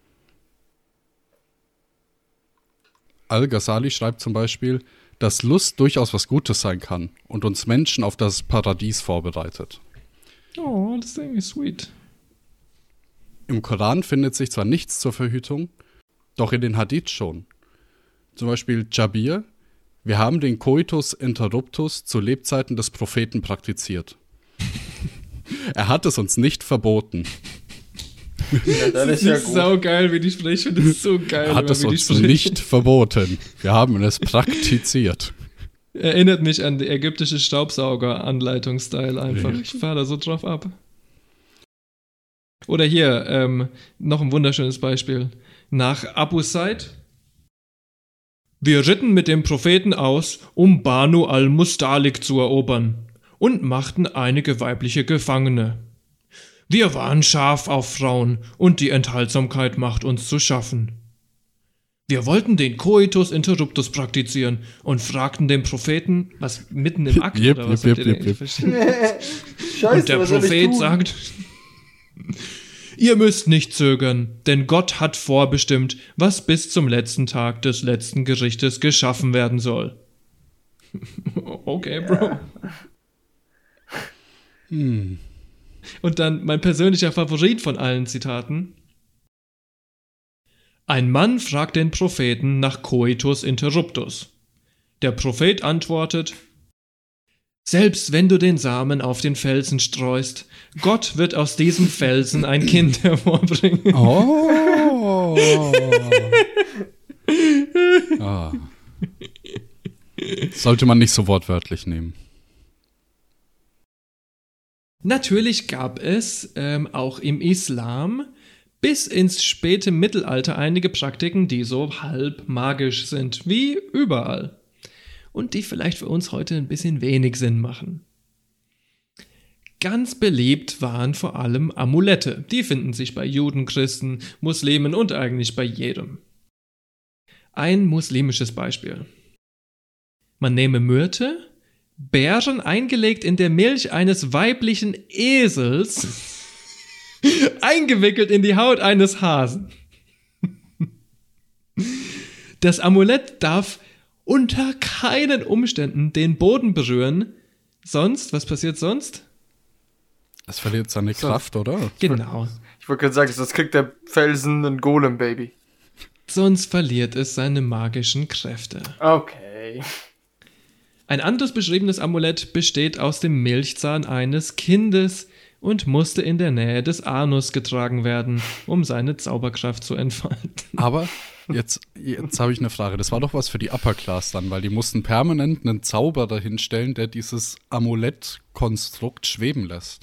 Al-Ghazali schreibt zum Beispiel, dass Lust durchaus was Gutes sein kann und uns Menschen auf das Paradies vorbereitet. Oh, das ist irgendwie sweet. Im Koran findet sich zwar nichts zur Verhütung, doch in den Hadith schon. Zum Beispiel Jabir: Wir haben den Coitus interruptus zu Lebzeiten des Propheten praktiziert. Er hat es uns nicht verboten. Ja, das ist Das ja ist gut. saugeil, wie die sprechen. Das ist so geil. Er hat aber es wie die uns sprechen. nicht verboten. Wir haben es praktiziert. Erinnert mich an die ägyptische Staubsauger-Anleitungsstyle einfach. Ich fahre da so drauf ab. Oder hier, ähm, noch ein wunderschönes Beispiel. Nach Abu Said: Wir ritten mit dem Propheten aus, um Banu al-Mustalik zu erobern, und machten einige weibliche Gefangene. Wir waren scharf auf Frauen und die Enthaltsamkeit macht uns zu schaffen. Wir wollten den Coitus interruptus praktizieren und fragten den Propheten, was mitten im Akt Jep, oder was jep, habt ihr jep, denn jep. verstehen? Scheiße, Und der was soll ich Prophet tun? sagt: Ihr müsst nicht zögern, denn Gott hat vorbestimmt, was bis zum letzten Tag des letzten Gerichtes geschaffen werden soll. Okay, Bro. Hm. Und dann mein persönlicher Favorit von allen Zitaten. Ein Mann fragt den Propheten nach Coitus interruptus. Der Prophet antwortet: Selbst wenn du den Samen auf den Felsen streust, Gott wird aus diesem Felsen ein Kind hervorbringen. Oh. Ah. Sollte man nicht so wortwörtlich nehmen. Natürlich gab es ähm, auch im Islam bis ins späte Mittelalter einige Praktiken, die so halb magisch sind, wie überall. Und die vielleicht für uns heute ein bisschen wenig Sinn machen. Ganz beliebt waren vor allem Amulette. Die finden sich bei Juden, Christen, Muslimen und eigentlich bei jedem. Ein muslimisches Beispiel. Man nehme Myrte, Beeren eingelegt in der Milch eines weiblichen Esels, eingewickelt in die Haut eines Hasen. Das Amulett darf unter keinen Umständen den Boden berühren. Sonst, was passiert sonst? Es verliert seine So. Kraft, oder? Genau. Ich wollte gerade sagen, sonst kriegt der Felsen ein Golem-Baby. Sonst verliert es seine magischen Kräfte. Okay. Ein anderes beschriebenes Amulett besteht aus dem Milchzahn eines Kindes und musste in der Nähe des Anus getragen werden, um seine Zauberkraft zu entfalten. Aber jetzt, jetzt habe ich eine Frage. Das war doch was für die Upper Class dann, weil die mussten permanent einen Zauber dahinstellen, der dieses Amulettkonstrukt schweben lässt.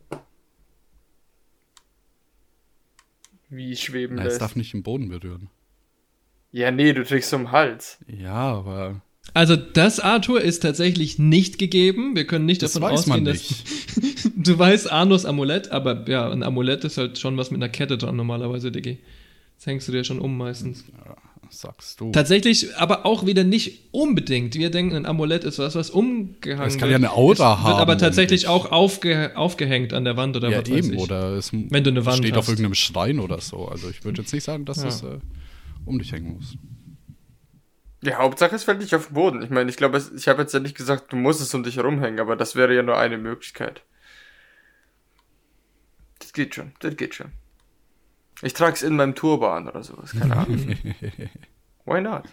Wie schweben Na, es lässt. darf nicht den Boden berühren. Ja, nee, du trägst so im Hals. Ja, aber Also das, Arthur, ist tatsächlich nicht gegeben. Wir können nicht das davon weiß ausgehen, man dass nicht. du weißt Anus-Amulett, aber ja, ein Amulett ist halt schon was mit einer Kette dran normalerweise, Diggi. Das hängst du dir schon um meistens. Ja, sagst du. Tatsächlich, aber auch wieder nicht unbedingt. Wir denken, ein Amulett ist was, was umgehangen Es kann wird. ja eine Aura es wird haben, aber tatsächlich eigentlich. auch aufge aufgehängt aufgehängt an der Wand oder ja, was weiß eben, ich. oder es Wenn du eine Wand steht hast. auf irgendeinem Schrein oder so. Also ich würde jetzt nicht sagen, dass Ja. es äh, um dich hängen muss. Ja, Hauptsache es fällt nicht auf den Boden. Ich meine, ich glaube, es- ich habe jetzt ja nicht gesagt, du musst es um dich herumhängen, aber das wäre ja nur eine Möglichkeit. Das geht schon, das geht schon. Ich trage es in meinem Turban oder sowas, keine Ahnung. Why not?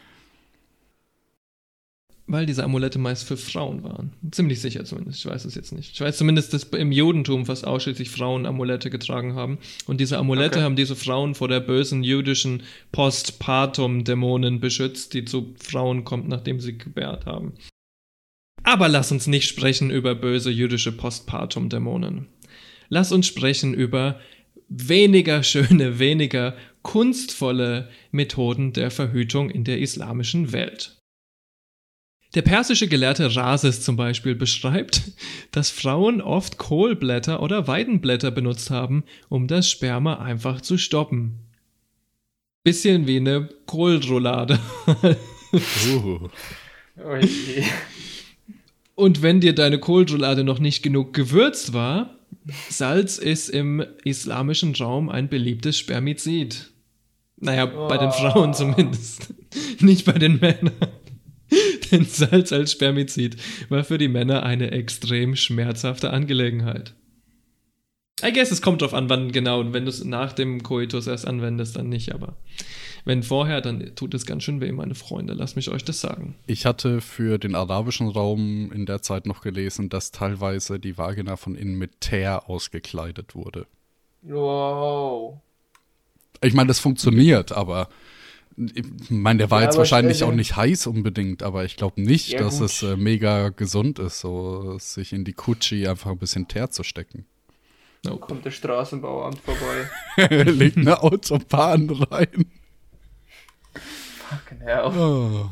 Weil diese Amulette meist für Frauen waren. Ziemlich sicher zumindest. Ich weiß es jetzt nicht. Ich weiß zumindest, dass im Judentum fast ausschließlich Frauen Amulette getragen haben. Und diese Amulette Okay. haben diese Frauen vor der bösen jüdischen Postpartum-Dämonen beschützt, die zu Frauen kommt, nachdem sie gebärt haben. Aber lass uns nicht sprechen über böse jüdische Postpartum-Dämonen. Lass uns sprechen über weniger schöne, weniger kunstvolle Methoden der Verhütung in der islamischen Welt. Der persische Gelehrte Rhasis zum Beispiel beschreibt, dass Frauen oft Kohlblätter oder Weidenblätter benutzt haben, um das Sperma einfach zu stoppen. Bisschen wie eine Kohlroulade. Uh. Oh je. Und wenn dir deine Kohlroulade noch nicht genug gewürzt war, Salz ist im islamischen Raum ein beliebtes Spermizid. Naja, bei den Frauen zumindest. Nicht bei den Männern. Denn Salz als Spermizid war für die Männer eine extrem schmerzhafte Angelegenheit. I guess, es kommt drauf an, wann genau. Und wenn du es nach dem Koitus erst anwendest, dann nicht. Aber wenn vorher, dann tut es ganz schön weh, meine Freunde. Lasst mich euch das sagen. Ich hatte für den arabischen Raum in der Zeit noch gelesen, dass teilweise die Vagina von innen mit Teer ausgekleidet wurde. Wow. Ich meine, das funktioniert, aber ich meine, der war Ja, jetzt aber wahrscheinlich stell dir- auch nicht heiß unbedingt, aber ich glaube nicht, Ja, dass gut. es äh, mega gesund ist, so sich in die Kutschi einfach ein bisschen Teer zu stecken. Nope. Kommt der Straßenbauamt vorbei. Legt eine Autobahn rein. Fucking hell. Oh.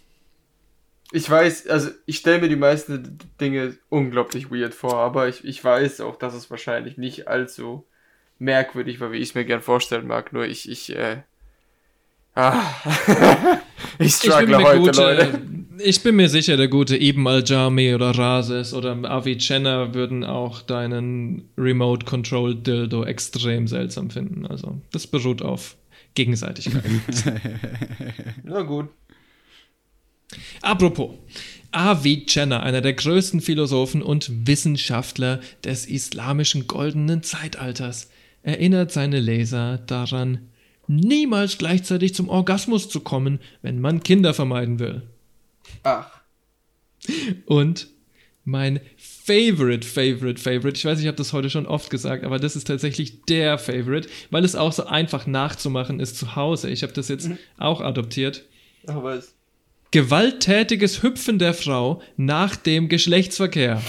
Ich weiß, also ich stelle mir die meisten Dinge unglaublich weird vor, aber ich, ich weiß auch, dass es wahrscheinlich nicht allzu merkwürdig war, wie ich es mir gern vorstellen mag. Nur ich, ich, äh. Ah. ich Ich bin, struggle mir heute, gute, Leute. ich bin mir sicher, der gute Ibn al-Jami oder Rhasis oder Avicenna würden auch deinen Remote-Control-Dildo extrem seltsam finden. Also, das beruht auf Gegenseitigkeit. Na gut. Apropos, Avicenna, einer der größten Philosophen und Wissenschaftler des islamischen goldenen Zeitalters, erinnert seine Leser daran, niemals gleichzeitig zum Orgasmus zu kommen, wenn man Kinder vermeiden will. Ach. Und mein Favorite, Favorite, Favorite, ich weiß, ich habe das heute schon oft gesagt, aber das ist tatsächlich der Favorite, weil es auch so einfach nachzumachen ist zu Hause. Ich habe das jetzt mhm. auch adoptiert. Ach, was? Gewalttätiges Hüpfen der Frau nach dem Geschlechtsverkehr.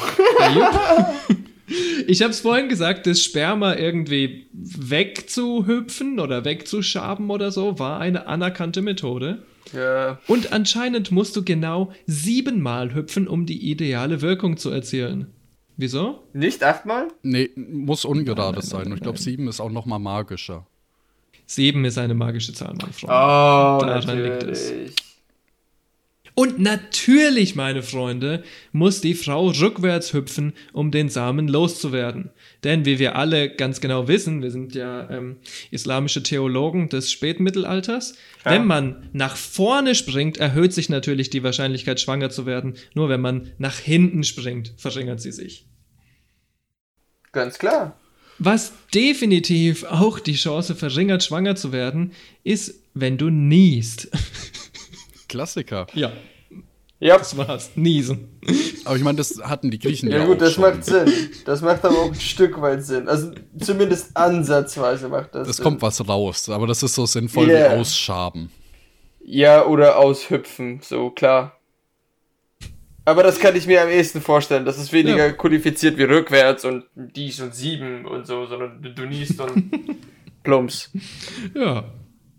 Ich habe es vorhin gesagt, das Sperma irgendwie wegzuhüpfen oder wegzuschaben oder so, war eine anerkannte Methode. Ja. Und anscheinend musst du genau siebenmal hüpfen, um die ideale Wirkung zu erzielen. Wieso? Nicht achtmal? Nee, muss ungerade nein, sein. nein, Ich glaube, nein. sieben ist auch noch mal magischer. Sieben ist eine magische Zahl, mein Freund. Oh, Daran natürlich. liegt es. Und natürlich, meine Freunde, muss die Frau rückwärts hüpfen, um den Samen loszuwerden. Denn wie wir alle ganz genau wissen, wir sind ja ähm, islamische Theologen des Spätmittelalters, ja. Wenn man nach vorne springt, erhöht sich natürlich die Wahrscheinlichkeit, schwanger zu werden. Nur wenn man nach hinten springt, verringert sie sich. Ganz klar. Was definitiv auch die Chance verringert, schwanger zu werden, ist, wenn du niest. Klassiker. Ja. Ja. Das war's. Niesen. Aber ich meine, das hatten die Griechen ja, ja auch gut, das schon. macht Sinn. Das macht aber auch ein Stück weit Sinn. Also zumindest ansatzweise macht das Es Sinn. kommt was raus, aber das ist so sinnvoll Yeah. wie Ausschaben. Ja, oder aushüpfen, so klar. Aber das kann ich mir am ehesten vorstellen. Das ist weniger Ja. kodifiziert wie rückwärts und dies und sieben und so, sondern du niest und plumps. Ja.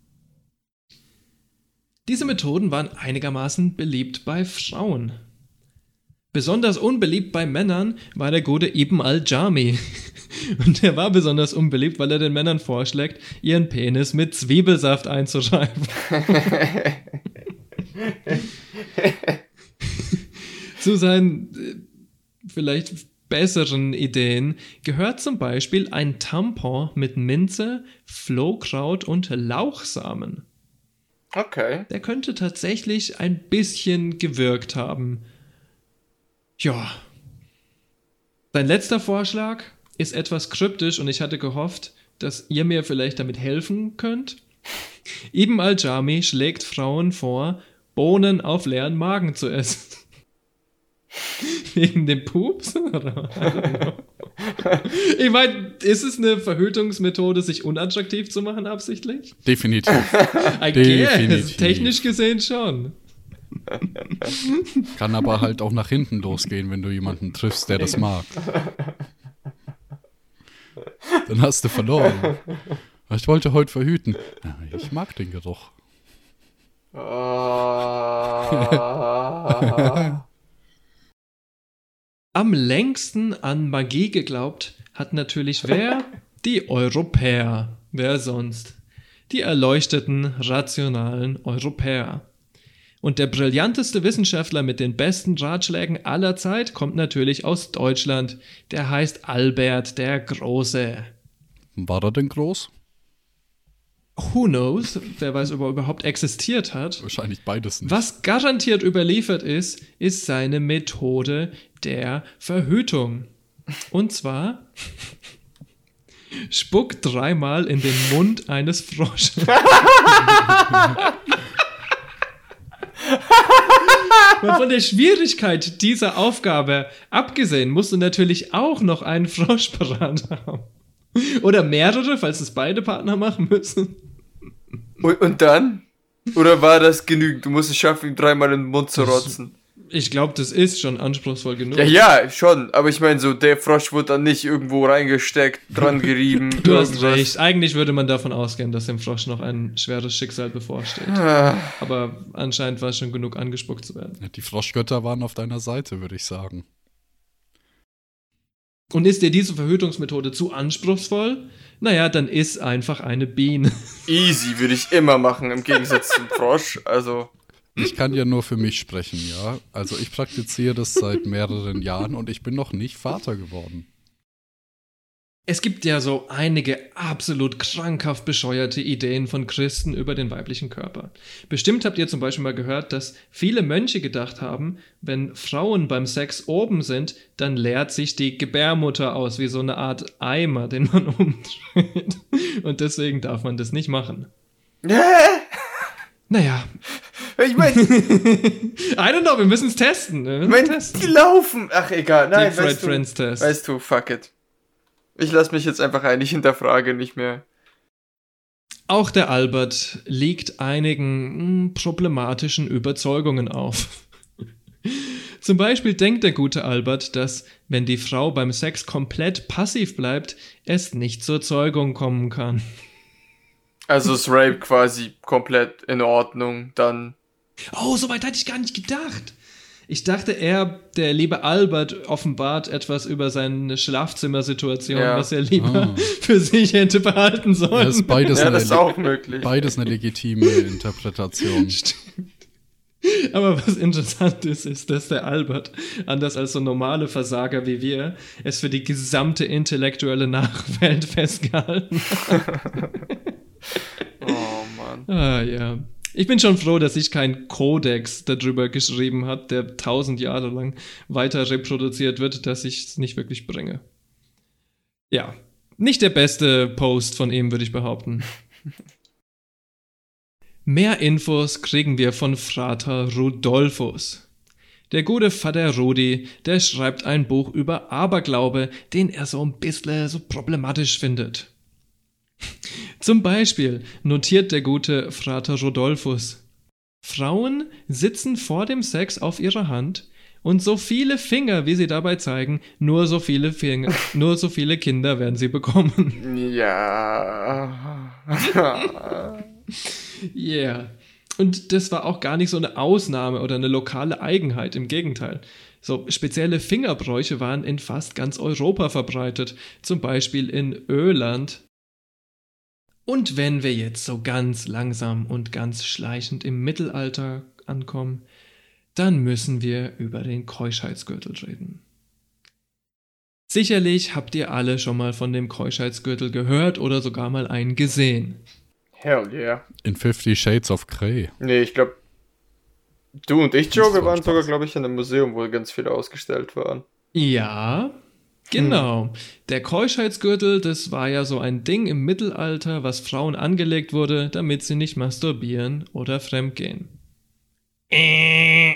Diese Methoden waren einigermaßen beliebt bei Frauen. Besonders unbeliebt bei Männern war der gute Ibn al-Jami. Und er war besonders unbeliebt, weil er den Männern vorschlägt, ihren Penis mit Zwiebelsaft einzuschreiben. Zu seinen äh, vielleicht besseren Ideen gehört zum Beispiel ein Tampon mit Minze, Flohkraut und Lauchsamen. Okay. Der könnte tatsächlich ein bisschen gewirkt haben. Ja. Sein letzter Vorschlag ist etwas kryptisch und ich hatte gehofft, dass ihr mir vielleicht damit helfen könnt. Ibn al-Jami schlägt Frauen vor, Bohnen auf leeren Magen zu essen. Wegen dem Pups? Ich meine, ist es eine Verhütungsmethode, sich unattraktiv zu machen, absichtlich? Definitiv. I Definitiv. guess. Technisch gesehen schon. Kann aber halt auch nach hinten losgehen, wenn du jemanden triffst, der das mag. Dann hast du verloren. Ich wollte heute verhüten. Ja, ich mag den Geruch. Am längsten an Magie geglaubt hat natürlich wer? Die Europäer. Wer sonst? Die erleuchteten, rationalen Europäer. Und der brillanteste Wissenschaftler mit den besten Ratschlägen aller Zeit kommt natürlich aus Deutschland. Der heißt Albert der Große. War er denn groß? Who knows? Wer weiß, ob er überhaupt existiert hat. Wahrscheinlich beides nicht. Was garantiert überliefert ist, ist seine Methode der Verhütung. Und zwar spuck dreimal in den Mund eines Frosches. Von der Schwierigkeit dieser Aufgabe abgesehen, musst du natürlich auch noch einen Frosch parat haben. Oder mehrere, falls es beide Partner machen müssen. Und, und dann? Oder war das genügend? Du musst es schaffen, ihm dreimal in den Mund zu rotzen. Ich glaube, das ist schon anspruchsvoll genug. Ja, ja, schon. Aber ich meine, so, der Frosch wurde dann nicht irgendwo reingesteckt, dran gerieben. Du hast irgendwas. recht. Eigentlich würde man davon ausgehen, dass dem Frosch noch ein schweres Schicksal bevorsteht. Ah. Aber anscheinend war es schon genug, angespuckt zu werden. Ja, die Froschgötter waren auf deiner Seite, würde ich sagen. Und ist dir diese Verhütungsmethode zu anspruchsvoll? Naja, dann iss einfach eine Biene. Easy würde ich immer machen, im Gegensatz zum Frosch. Also. Ich kann ja nur für mich sprechen, ja. Also ich praktiziere das seit mehreren Jahren und ich bin noch nicht Vater geworden. Es gibt ja so einige absolut krankhaft bescheuerte Ideen von Christen über den weiblichen Körper. Bestimmt habt ihr zum Beispiel mal gehört, dass viele Mönche gedacht haben, wenn Frauen beim Sex oben sind, dann leert sich die Gebärmutter aus wie so eine Art Eimer, den man umdreht. Und deswegen darf man das nicht machen. Naja. Ich meine... I don't know, wir müssen es testen. Wir müssen mein, testen. Die laufen... Ach, egal. Nein, Deep Fried weißt du, Friends Test. Weißt du, fuck it. Ich lasse mich jetzt einfach ein, ich hinterfrage nicht mehr. Auch der Albert liegt einigen mh, problematischen Überzeugungen auf. Zum Beispiel denkt der gute Albert, dass, wenn die Frau beim Sex komplett passiv bleibt, es nicht zur Zeugung kommen kann. Also ist Rape quasi komplett in Ordnung, dann... Oh, so weit hatte ich gar nicht gedacht. Ich dachte eher, der liebe Albert offenbart etwas über seine Schlafzimmersituation, Ja. was er lieber Ah. für sich hätte behalten sollen. Das ist beides, Ja, eine, das ist auch möglich. beides eine legitime Interpretation. Stimmt. Aber was interessant ist, ist, dass der Albert, anders als so normale Versager wie wir, es für die gesamte intellektuelle Nachwelt festgehalten hat. Oh Mann. Ah ja. Ich bin schon froh, dass ich keinen Kodex darüber geschrieben habe, der tausend Jahre lang weiter reproduziert wird, dass ich es nicht wirklich bringe. Ja, nicht der beste Post von ihm, würde ich behaupten. Mehr Infos kriegen wir von Frater Rudolphus. Der gute Vater Rudi, der schreibt ein Buch über Aberglaube, den er so ein bisschen so problematisch findet. Zum Beispiel notiert der gute Frater Rudolphus: Frauen sitzen vor dem Sex auf ihrer Hand und so viele Finger, wie sie dabei zeigen, nur so viele Finger, nur so viele Kinder werden sie bekommen. Ja. Yeah. Und das war auch gar nicht so eine Ausnahme oder eine lokale Eigenheit, im Gegenteil. So spezielle Fingerbräuche waren in fast ganz Europa verbreitet, zum Beispiel in Öland. Und wenn wir jetzt so ganz langsam und ganz schleichend im Mittelalter ankommen, dann müssen wir über den Keuschheitsgürtel reden. Sicherlich habt ihr alle schon mal von dem Keuschheitsgürtel gehört oder sogar mal einen gesehen. Hell yeah. In Fifty Shades of Grey. Nee, ich glaube, du und ich, Joe, Das wir war waren Spaß. sogar, glaube ich, in einem Museum, wo ganz viele ausgestellt waren. Ja, genau. Der Keuschheitsgürtel, das war ja so ein Ding im Mittelalter, was Frauen angelegt wurde, damit sie nicht masturbieren oder fremdgehen. Äh.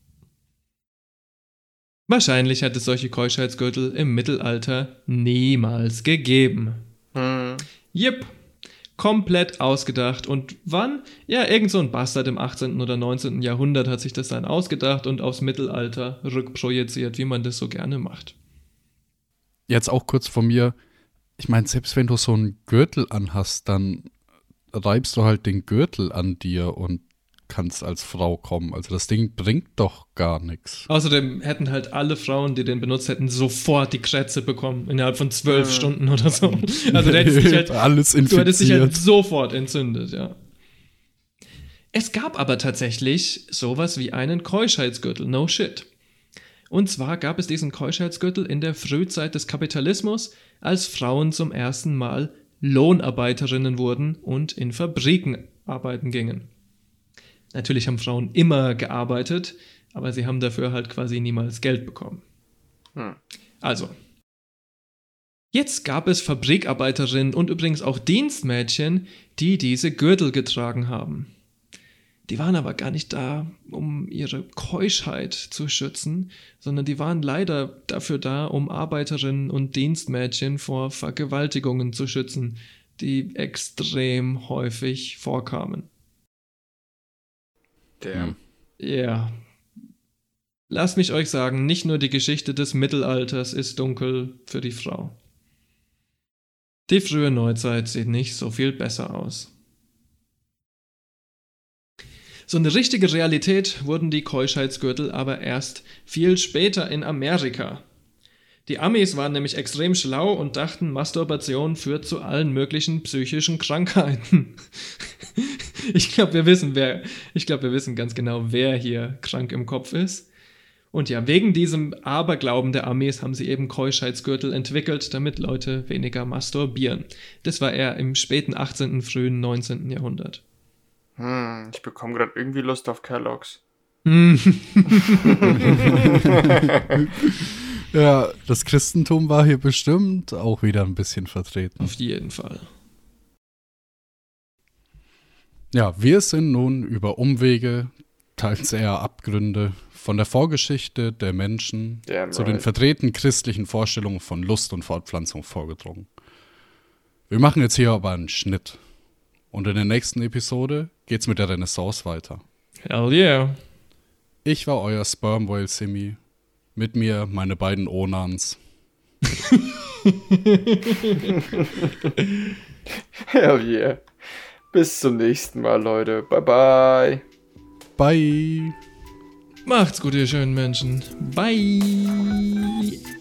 Wahrscheinlich hat es solche Keuschheitsgürtel im Mittelalter niemals gegeben. Hm. Jep, komplett ausgedacht. Und wann? Ja, irgend so ein Bastard im achtzehnten oder neunzehnten Jahrhundert hat sich das dann ausgedacht und aufs Mittelalter rückprojiziert, wie man das so gerne macht. Jetzt auch kurz von mir. Ich meine, selbst wenn du so einen Gürtel anhast, dann reibst du halt den Gürtel an dir und kannst als Frau kommen. Also das Ding bringt doch gar nichts. Außerdem hätten halt alle Frauen, die den benutzt hätten, sofort die Krätze bekommen, innerhalb von zwölf Stunden oder so. Also du hättest dich halt, Alles du hättest dich halt infiziert. sofort entzündet, ja. Es gab aber tatsächlich sowas wie einen Keuschheitsgürtel, no shit. Und zwar gab es diesen Keuschheitsgürtel in der Frühzeit des Kapitalismus, als Frauen zum ersten Mal Lohnarbeiterinnen wurden und in Fabriken arbeiten gingen. Natürlich haben Frauen immer gearbeitet, aber sie haben dafür halt quasi niemals Geld bekommen. Hm. Also, jetzt gab es Fabrikarbeiterinnen und übrigens auch Dienstmädchen, die diese Gürtel getragen haben. Die waren aber gar nicht da, um ihre Keuschheit zu schützen, sondern die waren leider dafür da, um Arbeiterinnen und Dienstmädchen vor Vergewaltigungen zu schützen, die extrem häufig vorkamen. Damn. Ja. Lasst mich euch sagen, nicht nur die Geschichte des Mittelalters ist dunkel für die Frau. Die frühe Neuzeit sieht nicht so viel besser aus. So eine richtige Realität wurden die Keuschheitsgürtel aber erst viel später in Amerika. Die Amis waren nämlich extrem schlau und dachten, Masturbation führt zu allen möglichen psychischen Krankheiten. Ich glaube, wir wissen, wer, ich glaube, wir wissen ganz genau, wer hier krank im Kopf ist. Und ja, wegen diesem Aberglauben der Armees haben sie eben Keuschheitsgürtel entwickelt, damit Leute weniger masturbieren. Das war eher im späten achtzehnten, frühen neunzehnten Jahrhundert. Hm, ich bekomme gerade irgendwie Lust auf Kellogg's. Ja, das Christentum war hier bestimmt auch wieder ein bisschen vertreten. Auf jeden Fall. Ja, wir sind nun über Umwege, teils eher Abgründe, von der Vorgeschichte der Menschen Damn zu right. den verdrehten christlichen Vorstellungen von Lust und Fortpflanzung vorgedrungen. Wir machen jetzt hier aber einen Schnitt. Und in der nächsten Episode geht's mit der Renaissance weiter. Hell yeah. Ich war euer Sperm Whale Simi. Mit mir meine beiden Onans. Hell yeah. Bis zum nächsten Mal, Leute. Bye bye. Bye. Macht's gut, ihr schönen Menschen. Bye.